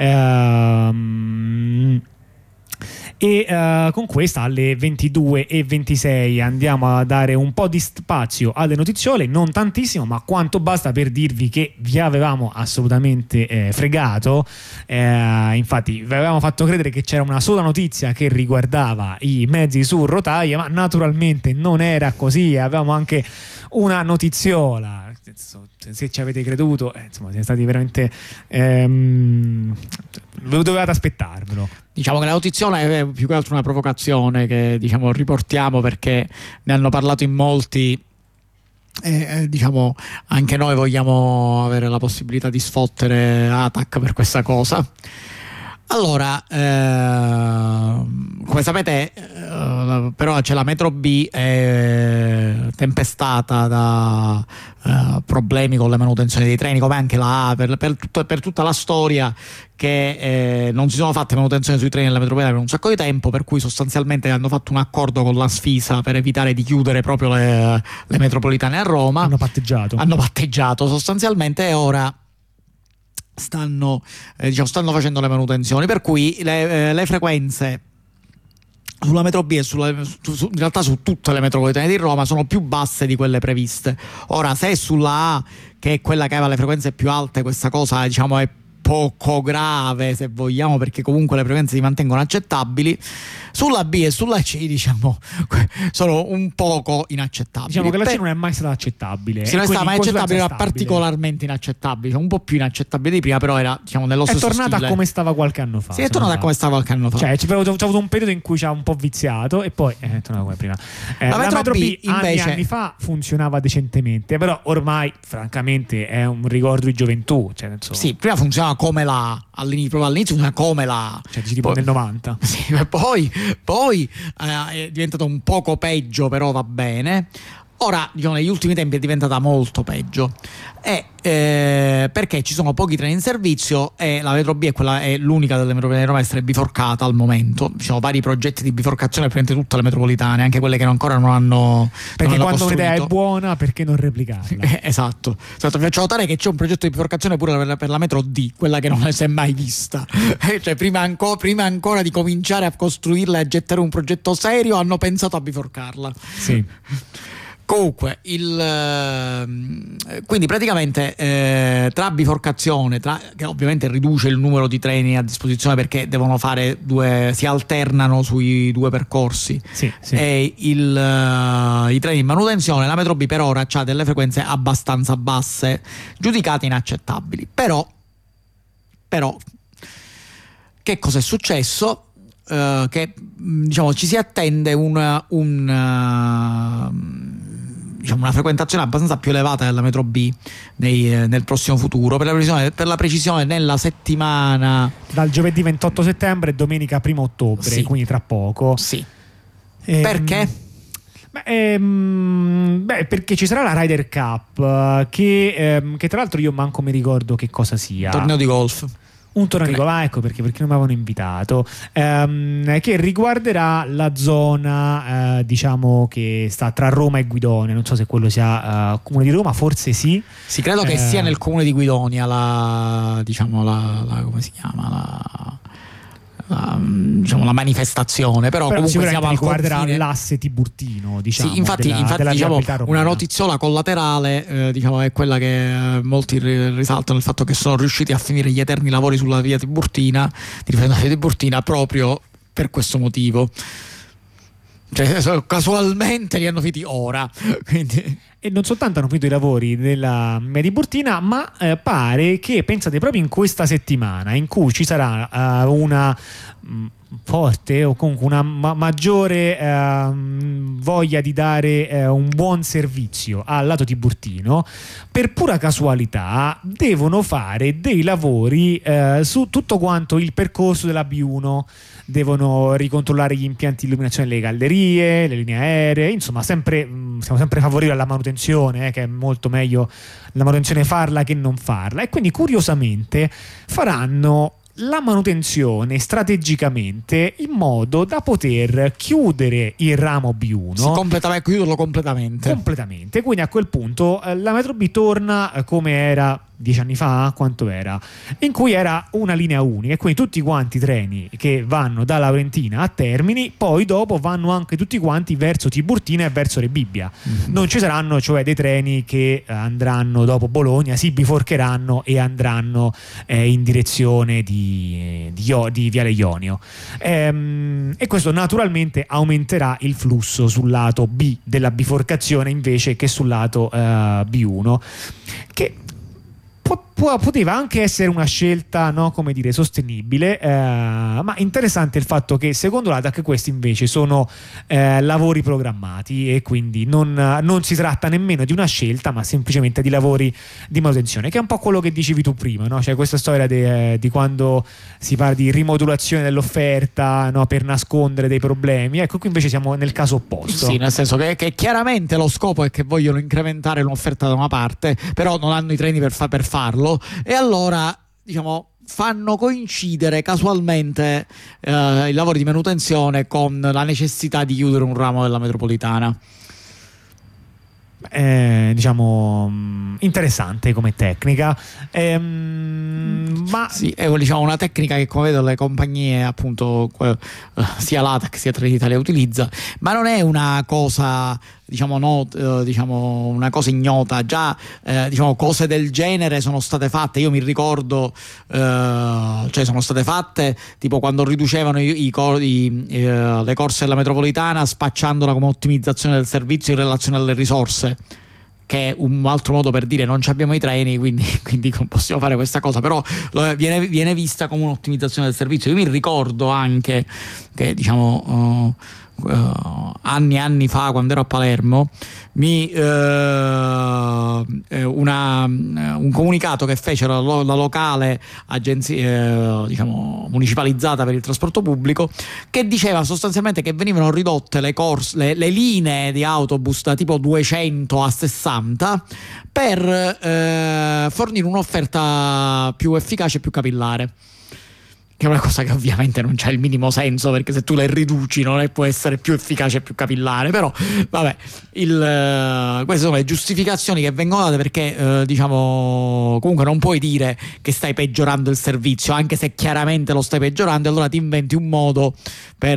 E con questa alle 22:26 andiamo a dare un po' di spazio alle notiziole, non tantissimo, ma quanto basta per dirvi che vi avevamo assolutamente fregato. Infatti vi avevamo fatto credere che c'era una sola notizia che riguardava i mezzi su rotaia, ma naturalmente non era così. Avevamo anche una notiziola, se ci avete creduto, insomma, siete stati veramente dovevate aspettarvelo. Diciamo che la notiziola è più che altro una provocazione che, diciamo, riportiamo perché ne hanno parlato in molti. Diciamo anche noi vogliamo avere la possibilità di sfottere Atac per questa cosa. Allora, come sapete, però c'è la metro B tempestata da problemi con le manutenzioni dei treni, come anche la A, per tutta la storia che non si sono fatte manutenzioni sui treni della metropolitana per un sacco di tempo, per cui sostanzialmente hanno fatto un accordo con la Sfisa per evitare di chiudere proprio le metropolitane a Roma. Hanno patteggiato sostanzialmente, e ora stanno facendo le manutenzioni, per cui le frequenze sulla metro B e in realtà su tutte le metropolitane di Roma sono più basse di quelle previste. Ora, se sulla A, che è quella che aveva le frequenze più alte, questa cosa, diciamo, è poco grave, se vogliamo, perché comunque le frequenze si mantengono accettabili, sulla B e sulla C, diciamo, sono un poco inaccettabili. Diciamo che la C non è mai stata accettabile. Sì, non è stata mai accettabile, era particolarmente inaccettabile, un po' più inaccettabile di prima, però era, diciamo, nello stesso stile. È tornata a come stava qualche anno fa. Sì, è tornata a come stava qualche anno fa. Cioè, c'è avuto un periodo in cui ci ha un po' viziato e poi è tornata come prima. La metro B invece anni fa funzionava decentemente, però ormai, francamente, è un ricordo di gioventù. Cioè, sì, prima funzionava come proprio all'inizio funzionava come cioè tipo nel 90. Sì, poi è diventato un poco peggio, però va bene. Ora, diciamo, negli ultimi tempi è diventata molto peggio, perché ci sono pochi treni in servizio e la metro B è l'unica delle metropolitane di Roma a essere biforcata al momento. Ci sono vari progetti di biforcazione per tutte le metropolitane, anche quelle che ancora non hanno. Perché quando un'idea è buona, perché non replicarla? Esatto. Vi faccio notare che c'è un progetto di biforcazione pure per la metro D, quella che non si è mai vista. Cioè, prima ancora di cominciare a costruirla e a gettare un progetto serio, hanno pensato a biforcarla. Sì. Comunque, quindi praticamente tra biforcazione, che ovviamente riduce il numero di treni a disposizione perché devono fare si alternano sui due percorsi, sì. E i treni in manutenzione, la metro B per ora ha delle frequenze abbastanza basse, giudicate inaccettabili. Però che cosa è successo? Che, diciamo, ci si attende una frequentazione abbastanza più elevata della metro B nel prossimo futuro, per la precisione nella settimana dal giovedì 28 settembre e domenica 1 ottobre, sì. Quindi tra poco. Sì. Perché? Perché ci sarà la Ryder Cup, che tra l'altro io manco mi ricordo che cosa sia. Torneo di golf. Un torneo di golf, ecco perché non mi avevano invitato, che riguarderà la zona diciamo che sta tra Roma e Guidonia. Non so se quello sia comune di Roma, forse sì. Sì, credo che sia nel comune di Guidonia come si chiama la manifestazione, però comunque siamo al riguarderà l'asse tiburtino, diciamo. Sì, infatti diciamo, una notiziola collaterale diciamo, è quella che molti risaltano, il fatto che sono riusciti a finire gli eterni lavori sulla via Tiburtina, proprio per questo motivo. Cioè, casualmente li hanno finiti ora, quindi. E non soltanto hanno finito i lavori della via Tiburtina, ma pare che, pensate, proprio in questa settimana in cui ci sarà una forte o comunque una maggiore voglia di dare un buon servizio al lato tiburtino, per pura casualità devono fare dei lavori su tutto quanto il percorso della B1. Devono ricontrollare gli impianti di illuminazione delle gallerie, le linee aeree, insomma siamo sempre favorevoli alla manutenzione, che è molto meglio la manutenzione farla che non farla, e quindi curiosamente faranno la manutenzione strategicamente in modo da poter chiudere il ramo B1, chiuderlo completamente. Quindi a quel punto la metro B torna come era 10 anni fa, quanto era? In cui era una linea unica, e quindi tutti quanti i treni che vanno da Laurentina a Termini poi dopo vanno anche tutti quanti verso Tiburtina e verso Rebibbia. Non ci saranno cioè dei treni che andranno dopo Bologna, si biforcheranno e andranno in direzione di Viale Ionio, e questo naturalmente aumenterà il flusso sul lato B della biforcazione invece che sul lato B1, che poteva anche essere una scelta, no, come dire, sostenibile, ma interessante il fatto che secondo l'ATAC questi invece sono lavori programmati, e quindi non si tratta nemmeno di una scelta ma semplicemente di lavori di manutenzione, che è un po' quello che dicevi tu prima, no? Cioè questa storia di quando si parla di rimodulazione dell'offerta, no, per nascondere dei problemi. Ecco, qui invece siamo nel caso opposto. Sì, nel senso che chiaramente lo scopo è che vogliono incrementare l'offerta da una parte, però non hanno i treni per farlo, e allora diciamo fanno coincidere casualmente i lavori di manutenzione con la necessità di chiudere un ramo della metropolitana. Diciamo interessante come tecnica, ma sì, è diciamo una tecnica che, come vedo, le compagnie appunto sia l'ATAC sia Trenitalia utilizza, ma non è una cosa diciamo diciamo una cosa ignota. Già diciamo cose del genere sono state fatte. Io mi ricordo cioè sono state fatte tipo quando riducevano le corse della metropolitana, spacciandola come ottimizzazione del servizio in relazione alle risorse, che è un altro modo per dire non abbiamo i treni, quindi non possiamo fare questa cosa, però viene vista come un'ottimizzazione del servizio. Io mi ricordo anche che diciamo anni e anni fa, quando ero a Palermo, un comunicato che fecero la locale agenzia diciamo municipalizzata per il trasporto pubblico, che diceva sostanzialmente che venivano ridotte le linee di autobus da tipo 200 a 60 per fornire un'offerta più efficace e più capillare, che è una cosa che ovviamente non c'ha il minimo senso, perché se tu le riduci non può essere più efficace e più capillare. Però vabbè, queste sono le giustificazioni che vengono date, perché diciamo comunque non puoi dire che stai peggiorando il servizio, anche se chiaramente lo stai peggiorando, allora ti inventi un modo per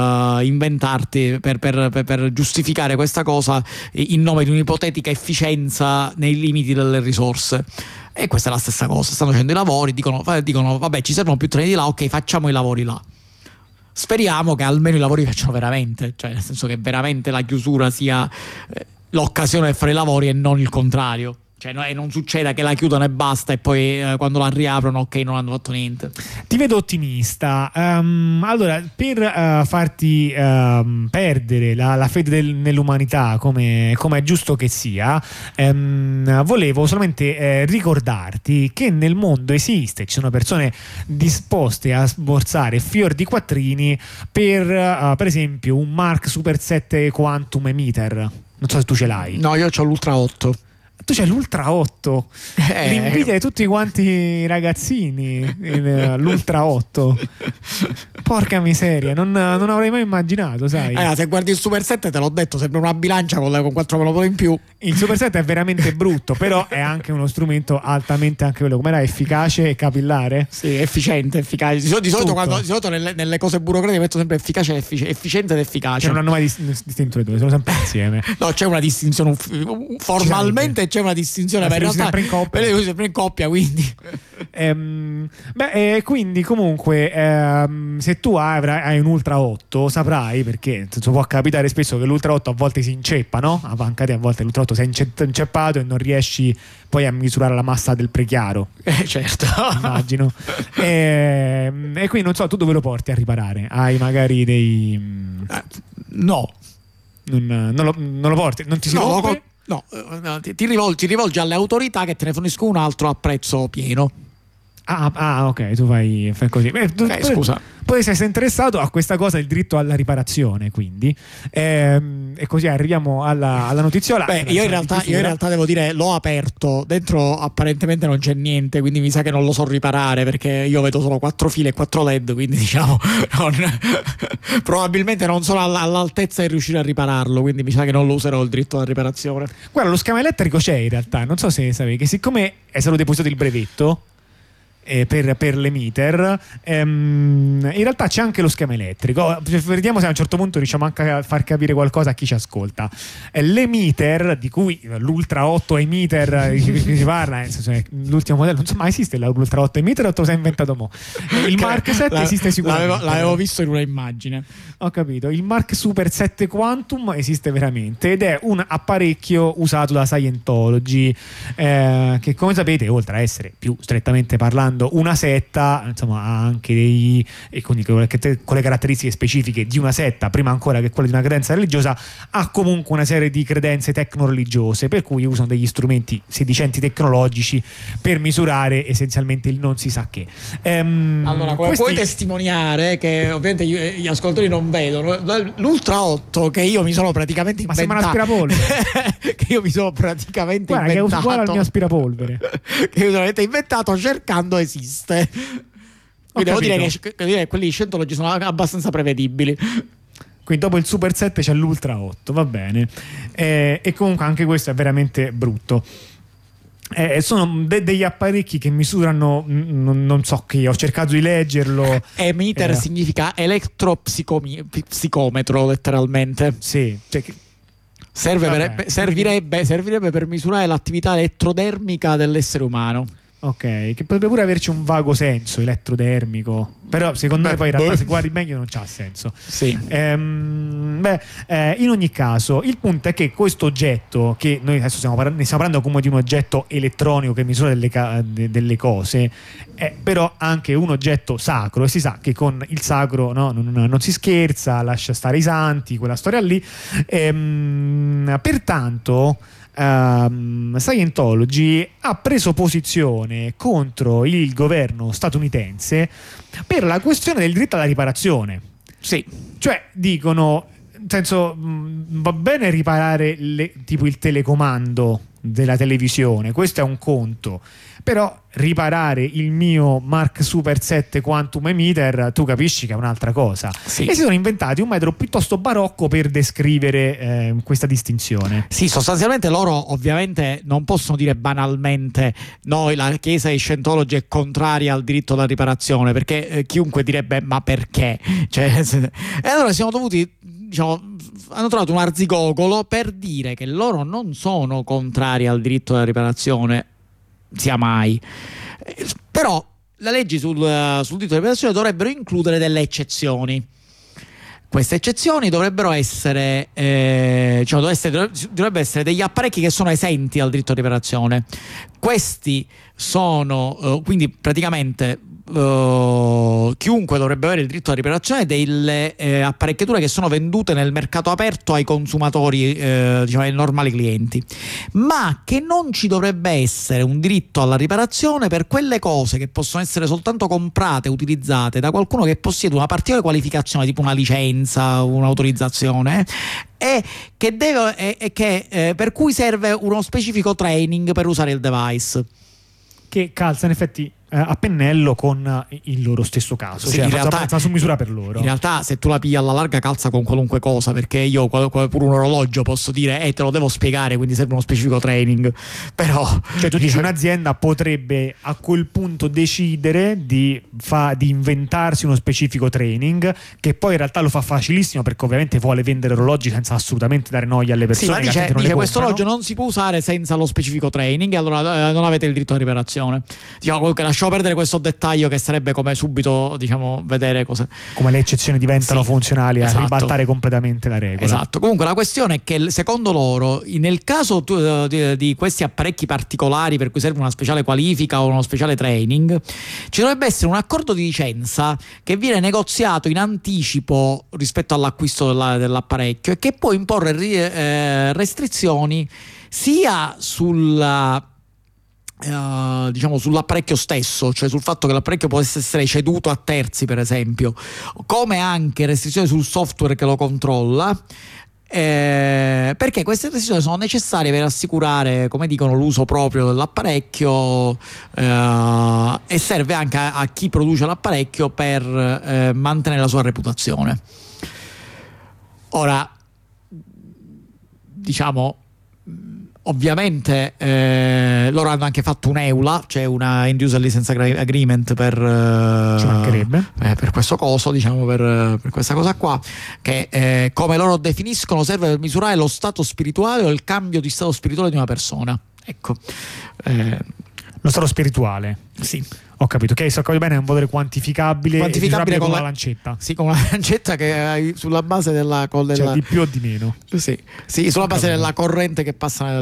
giustificare questa cosa in nome di un'ipotetica efficienza nei limiti delle risorse. E questa è la stessa cosa, stanno facendo i lavori, dicono vabbè, ci servono più treni di là, ok, facciamo i lavori là. Speriamo che almeno i lavori facciano veramente, cioè nel senso che veramente la chiusura sia l'occasione per fare i lavori e non il contrario. Cioè non succeda che la chiudono e basta, e poi quando la riaprono, ok, non hanno fatto niente. Ti vedo ottimista. Allora, per farti perdere la fede nell'umanità, come è giusto che sia, volevo solamente ricordarti che nel mondo ci sono persone disposte a sborsare fior di quattrini per esempio un Mark Super 7 Quantum Emitter. Non so se tu ce l'hai. No, io c'ho l'Ultra 8. Tu c'hai l'Ultra 8, l'invidia di tutti quanti i ragazzini, l'Ultra 8. Porca miseria, non avrei mai immaginato, sai. Se guardi il Super 7, te l'ho detto, sembra una bilancia con 4 monopoli in più. Il Super 7 è veramente brutto, però è anche uno strumento altamente, anche quello, com'era, efficace e capillare? Sì, efficiente, efficace. Di solito nelle cose burocratiche metto sempre efficace, efficiente ed efficace. Non hanno mai distinto le due, sono sempre insieme. No, c'è una distinzione formalmente, c'è una distinzione, ma in realtà sempre in coppia. Sempre in coppia, quindi quindi comunque se tu hai un Ultra 8 saprai, perché può capitare spesso che l'Ultra 8 a volte si inceppa, no? A volte l'Ultra 8 si è inceppato e non riesci poi a misurare la massa del prechiaro, certo, immagino. E quindi non so, tu dove lo porti a riparare? Hai magari dei no, non lo porti, non ti si rompe? No, ti rivolgi alle autorità che te ne forniscono un altro a prezzo pieno. Ok, tu fai così. Scusa. Poi se sei interessato a questa cosa, il diritto alla riparazione, quindi e così arriviamo alla notiziola. Io in realtà devo dire, l'ho aperto, dentro apparentemente non c'è niente, quindi mi sa che non lo so riparare, perché io vedo solo 4 file e 4 LED, quindi diciamo probabilmente non sono all'altezza di riuscire a ripararlo, quindi mi sa che non lo userò il diritto alla riparazione. Guarda, lo schema elettrico c'è in realtà, non so se sapevi che siccome è stato depositato il brevetto per l'emitter, in realtà c'è anche lo schema elettrico. Vediamo se a un certo punto riusciamo anche a far capire qualcosa a chi ci ascolta. L'emitter, di cui l'Ultra 8 emitter di cui si parla, nel senso, l'ultimo modello, non so, ma esiste l'Ultra 8 emitter o te lo sei inventato mo? Il Mark 7 esiste sicuramente. L'avevo visto in una immagine. Ho capito. Il Mark Super 7 Quantum esiste veramente ed è un apparecchio usato da Scientology, che come sapete, oltre a essere più strettamente parlando una setta, insomma, ha anche e quindi con le caratteristiche specifiche di una setta, prima ancora che quella di una credenza religiosa, ha comunque una serie di credenze tecno-religiose, per cui usano degli strumenti sedicenti tecnologici per misurare essenzialmente il non si sa che. Allora, come puoi testimoniare, che ovviamente gli ascoltatori non vedono, l'Ultra 8 che io mi sono praticamente inventato. Ma sembra un aspirapolvere. Che io mi sono praticamente inventato. Guarda, che è uguale al mio aspirapolvere. Che io ho inventato cercando esiste. Quindi devo dire che quelli di Scientology sono abbastanza prevedibili. Quindi dopo il Super 7 c'è l'Ultra 8, va bene. E comunque anche questo è veramente brutto. Sono degli apparecchi che misurano, non so che, ho cercato di leggerlo. Emitter significa eletropsicometro, letteralmente. Sì, cioè servirebbe per misurare l'attività elettrodermica dell'essere umano. Ok, che potrebbe pure averci un vago senso elettrodermico, però secondo me poi in realtà se guardi meglio non c'ha senso. Sì. In ogni caso il punto è che questo oggetto, che noi adesso stiamo parlando come di un oggetto elettronico che misura delle cose, è però anche un oggetto sacro, e si sa che con il sacro non si scherza, lascia stare i santi, quella storia lì. Pertanto Scientology ha preso posizione contro il governo statunitense per la questione del diritto alla riparazione. Sì, cioè dicono, nel senso, va bene riparare tipo il telecomando della televisione, questo è un conto, però riparare il mio Mark Super 7 Quantum Emitter, tu capisci che è un'altra cosa. Sì. E si sono inventati un metodo piuttosto barocco per descrivere questa distinzione. Sì, sostanzialmente loro ovviamente non possono dire banalmente noi, la Chiesa di Scientology è contraria al diritto alla riparazione, perché chiunque direbbe ma perché? E allora siamo dovuti, hanno trovato un arzigogolo per dire che loro non sono contrari al diritto alla riparazione, sia mai. Però le leggi sul diritto alla riparazione dovrebbero includere delle eccezioni. Queste eccezioni dovrebbero essere, dovrebbero essere degli apparecchi che sono esenti dal diritto di riparazione. Questi sono quindi praticamente chiunque dovrebbe avere il diritto alla riparazione delle apparecchiature che sono vendute nel mercato aperto ai consumatori, ai normali clienti, ma che non ci dovrebbe essere un diritto alla riparazione per quelle cose che possono essere soltanto comprate e utilizzate da qualcuno che possiede una particolare qualificazione, tipo una licenza, un'autorizzazione, e che per cui serve uno specifico training per usare il device, che calza in effetti a pennello con il loro stesso caso, sì, cioè in realtà su misura per loro. In realtà se tu la pigli alla larga calza con qualunque cosa, perché io pure un orologio posso dire te lo devo spiegare, quindi serve uno specifico training, però cioè tu dici un'azienda potrebbe a quel punto decidere di inventarsi uno specifico training, che poi in realtà lo fa facilissimo perché ovviamente vuole vendere orologi senza assolutamente dare noia alle persone. Sì, ma dice questo orologio non si può usare senza lo specifico training, e allora non avete il diritto alla riparazione. Comunque lasciamo perdere questo dettaglio, che sarebbe come subito vedere come le eccezioni diventano funzionali a ribaltare completamente la regola. Esatto. Comunque la questione è che secondo loro, nel caso di questi apparecchi particolari per cui serve una speciale qualifica o uno speciale training, ci dovrebbe essere un accordo di licenza che viene negoziato in anticipo rispetto all'acquisto dell'apparecchio, e che può imporre restrizioni sia sulla diciamo sull'apparecchio stesso, cioè sul fatto che l'apparecchio possa essere ceduto a terzi, per esempio, come anche restrizioni sul software che lo controlla. Perché queste restrizioni sono necessarie per assicurare, come dicono, l'uso proprio dell'apparecchio, e serve anche a chi produce l'apparecchio per mantenere la sua reputazione. Ora, diciamo, ovviamente loro hanno anche fatto un'EULA, cioè una End User License Agreement per questo coso, diciamo, per questa cosa qua, che come loro definiscono serve per misurare lo stato spirituale o il cambio di stato spirituale di una persona. Ecco, lo stato spirituale, sì. Ho capito, ok, so capito bene, è un valore quantificabile con la lancetta. Sì, con una lancetta che hai sulla base della cioè di più o di meno. Sì, sulla base della corrente che passa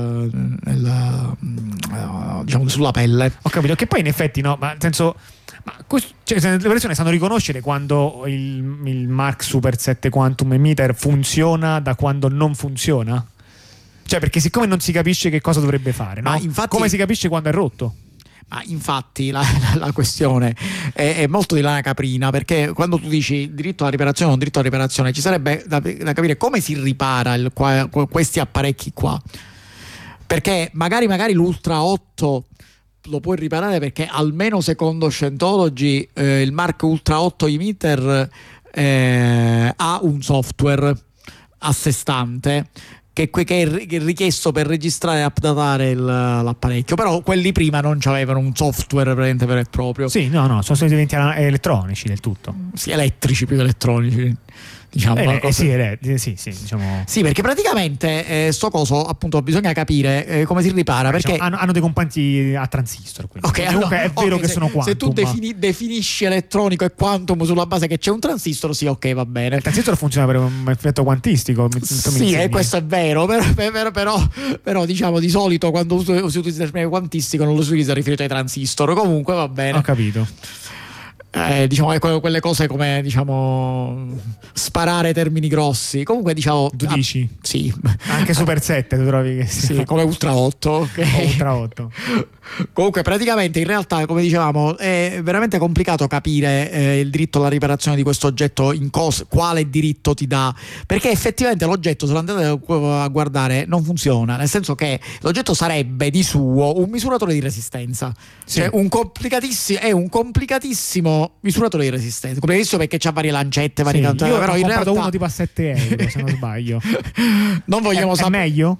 diciamo sulla pelle. Ho capito, che poi in effetti no, ma nel senso, cioè, le persone sanno riconoscere quando il Mark Super 7 Quantum Emitter funziona da quando non funziona? Cioè, perché siccome non si capisce che cosa dovrebbe fare, no? Infatti, come si capisce quando è rotto? Ma infatti la questione è molto di lana caprina, perché quando tu dici diritto alla riparazione o non diritto alla riparazione, ci sarebbe da capire come si ripara questi apparecchi qua, perché magari l'Ultra 8 lo puoi riparare, perché almeno secondo Scientology il Mark Ultra 8 Emitter ha un software a sé stante che è richiesto per registrare e updatare l'apparecchio, però quelli prima non avevano un software presente vero e proprio. Sì, no, sono diventati elettronici del tutto. Sì, elettrici più che elettronici. Diciamo diciamo. Sì, perché praticamente sto coso, appunto, bisogna capire come si ripara, perché hanno dei componenti a transistor, quindi comunque è vero che sono quantum. Se tu definisci elettronico e quantum sulla base che c'è un transistor, sì, ok, va bene. Il transistor funziona per un effetto quantistico. Sì, questo è vero, però diciamo di solito quando si utilizza il termine quantistico non lo si utilizza riferito ai transistor. Comunque va bene. Ho capito. Diciamo quelle cose come, diciamo, sparare termini grossi. Comunque, diciamo, tu dici? Sì. Anche Super 7 tu trovi che sì, come Ultra 8, okay. Ultra 8. Comunque praticamente in realtà, come dicevamo, è veramente complicato capire il diritto alla riparazione di questo oggetto, quale diritto ti dà, perché effettivamente l'oggetto, se lo andate a guardare, non funziona, nel senso che l'oggetto sarebbe di suo un misuratore di resistenza, sì. Cioè un complicatissimo misuratore di resistenza, complicatissimo perché c'ha varie lancette, vari io però ho in comprato realtà uno tipo a 7 euro se non sbaglio. Non vogliamo sapere. È meglio?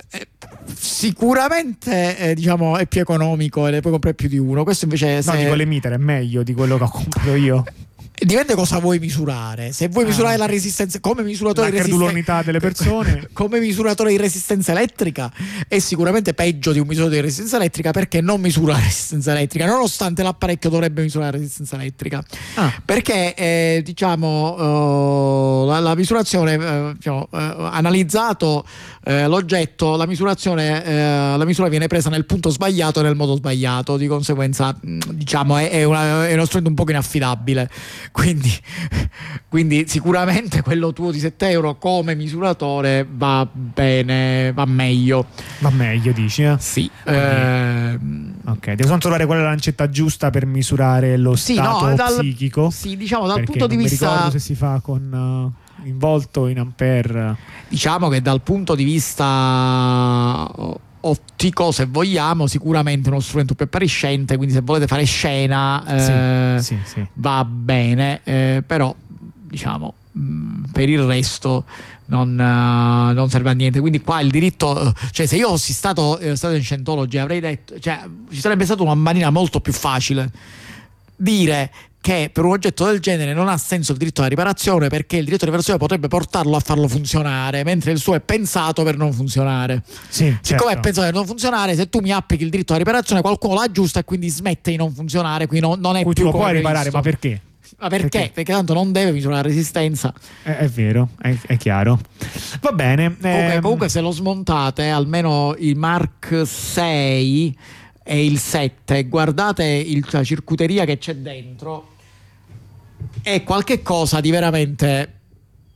Sicuramente diciamo è più economico e ne puoi comprare più di uno. Questo invece dico l'emitter è meglio di quello che ho comprato io. Dipende cosa vuoi misurare. Se vuoi misurare la resistenza come misuratore di resistenza, la credulità delle persone come misuratore di resistenza elettrica, è sicuramente peggio di un misuratore di resistenza elettrica, perché non misura la resistenza elettrica, nonostante l'apparecchio dovrebbe misurare la resistenza elettrica. Perché diciamo la misurazione, analizzato l'oggetto, la misura viene presa nel punto sbagliato e nel modo sbagliato, di conseguenza diciamo è uno strumento un poco inaffidabile. Quindi sicuramente quello tuo di 7 euro come misuratore va bene, va meglio, dici? Sì. Ok, devo solo trovare qual è la lancetta giusta per misurare lo stato psichico. Sì, diciamo dal punto di vista, mi ricordo se si fa con in volt, in ampere. Diciamo che dal punto di vista ottico, se vogliamo, sicuramente uno strumento più appariscente, quindi se volete fare scena sì. va bene, però diciamo per il resto non serve a niente. Quindi qua il diritto, cioè se io fossi stato in Scientology avrei detto, cioè ci sarebbe stata una maniera molto più facile dire che per un oggetto del genere non ha senso il diritto alla riparazione, perché il diritto alla riparazione potrebbe portarlo a farlo funzionare, mentre il suo è pensato per non funzionare. Sì, siccome certo. è pensato per non funzionare, se tu mi applichi il diritto alla riparazione qualcuno l'aggiusta e quindi smette di non funzionare, quindi non è più lo puoi riparare, ma perché? Ma perché? Perché tanto non deve misurare la resistenza. È vero, è chiaro. Va bene. Comunque se lo smontate, almeno il Mark 6 e il 7, guardate la circuiteria che c'è dentro, è qualche cosa di veramente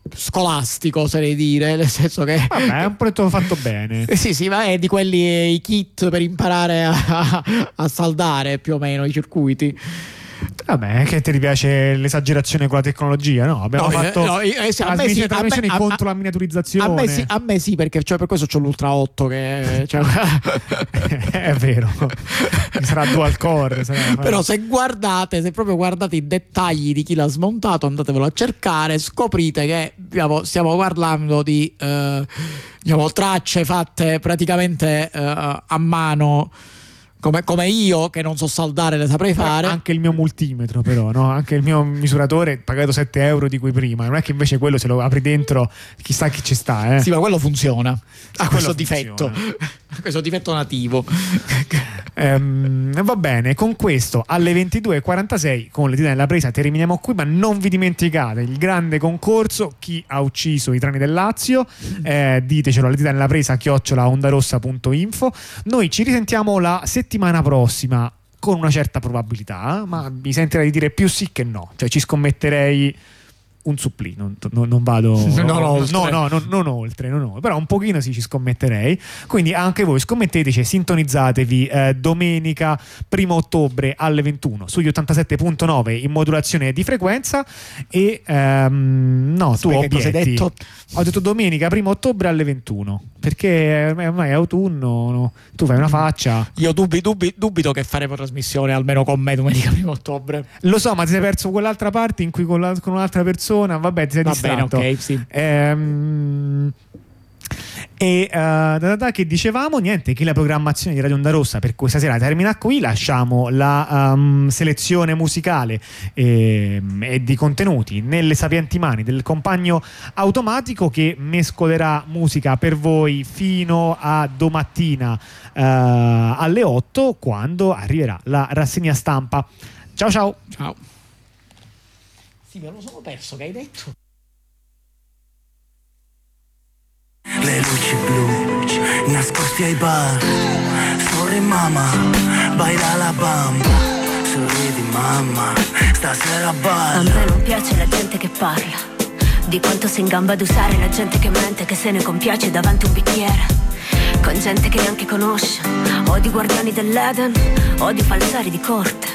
scolastico, oserei dire, nel senso che vabbè, è un progetto fatto bene. Sì, ma è di quelli, i kit per imparare a saldare più o meno i circuiti. Vabbè, che ti piace l'esagerazione con la tecnologia? No, abbiamo fatto trasmissioni contro la miniaturizzazione. A me sì, perché per questo c'ho l'Ultra 8 che è vero, sarà dual core. Però se proprio guardate i dettagli di chi l'ha smontato, andatevelo a cercare, scoprite che stiamo parlando di tracce fatte praticamente a mano. Come io che non so saldare le saprei fare. Anche il mio multimetro però, no? Anche il mio misuratore pagato 7 euro di cui prima. Non è che invece quello se lo apri dentro chissà chi ci sta, Sì, ma quello funziona. Ha questo difetto. Funziona. Questo difetto nativo. Va bene, con questo alle 22.46 con le dita nella presa terminiamo qui, ma non vi dimenticate il grande concorso Chi ha ucciso i trani del Lazio. Ditecelo alle dita nella presa @ondarossa.info. Noi ci risentiamo la settimana prossima con una certa probabilità, ma mi sentirei di dire più sì che no, cioè ci scommetterei un supplì, non vado non oltre, però un pochino sì, ci scommetterei. Quindi anche voi scommetteteci, sintonizzatevi domenica 1 ottobre alle 21 sugli 87.9 in modulazione di frequenza. E tu obietti, ho detto domenica 1 ottobre alle 21 perché ormai è autunno, no? Tu fai una faccia. Io dubito che faremo trasmissione almeno con me domenica 1 ottobre. Lo so, ma ti sei perso quell'altra parte in cui con un'altra persona, vabbè, ti sei distratto. Bene, ok, sì. Che dicevamo, niente, che la programmazione di Radio Onda Rossa per questa sera termina qui. Lasciamo la selezione musicale e di contenuti nelle sapienti mani del compagno automatico, che mescolerà musica per voi fino a domattina alle 8, quando arriverà la rassegna stampa. Ciao. Sì, me lo sono perso, che hai detto? Le luci blu nascosti ai bar. Sorri mamma, baila la bamba. Sorridi mamma, stasera balla. A me non piace la gente che parla, di quanto sei in gamba ad usare la gente che mente, che se ne compiace davanti un bicchiere, con gente che neanche conosce, o di guardiani dell'Eden o di falsari di corte.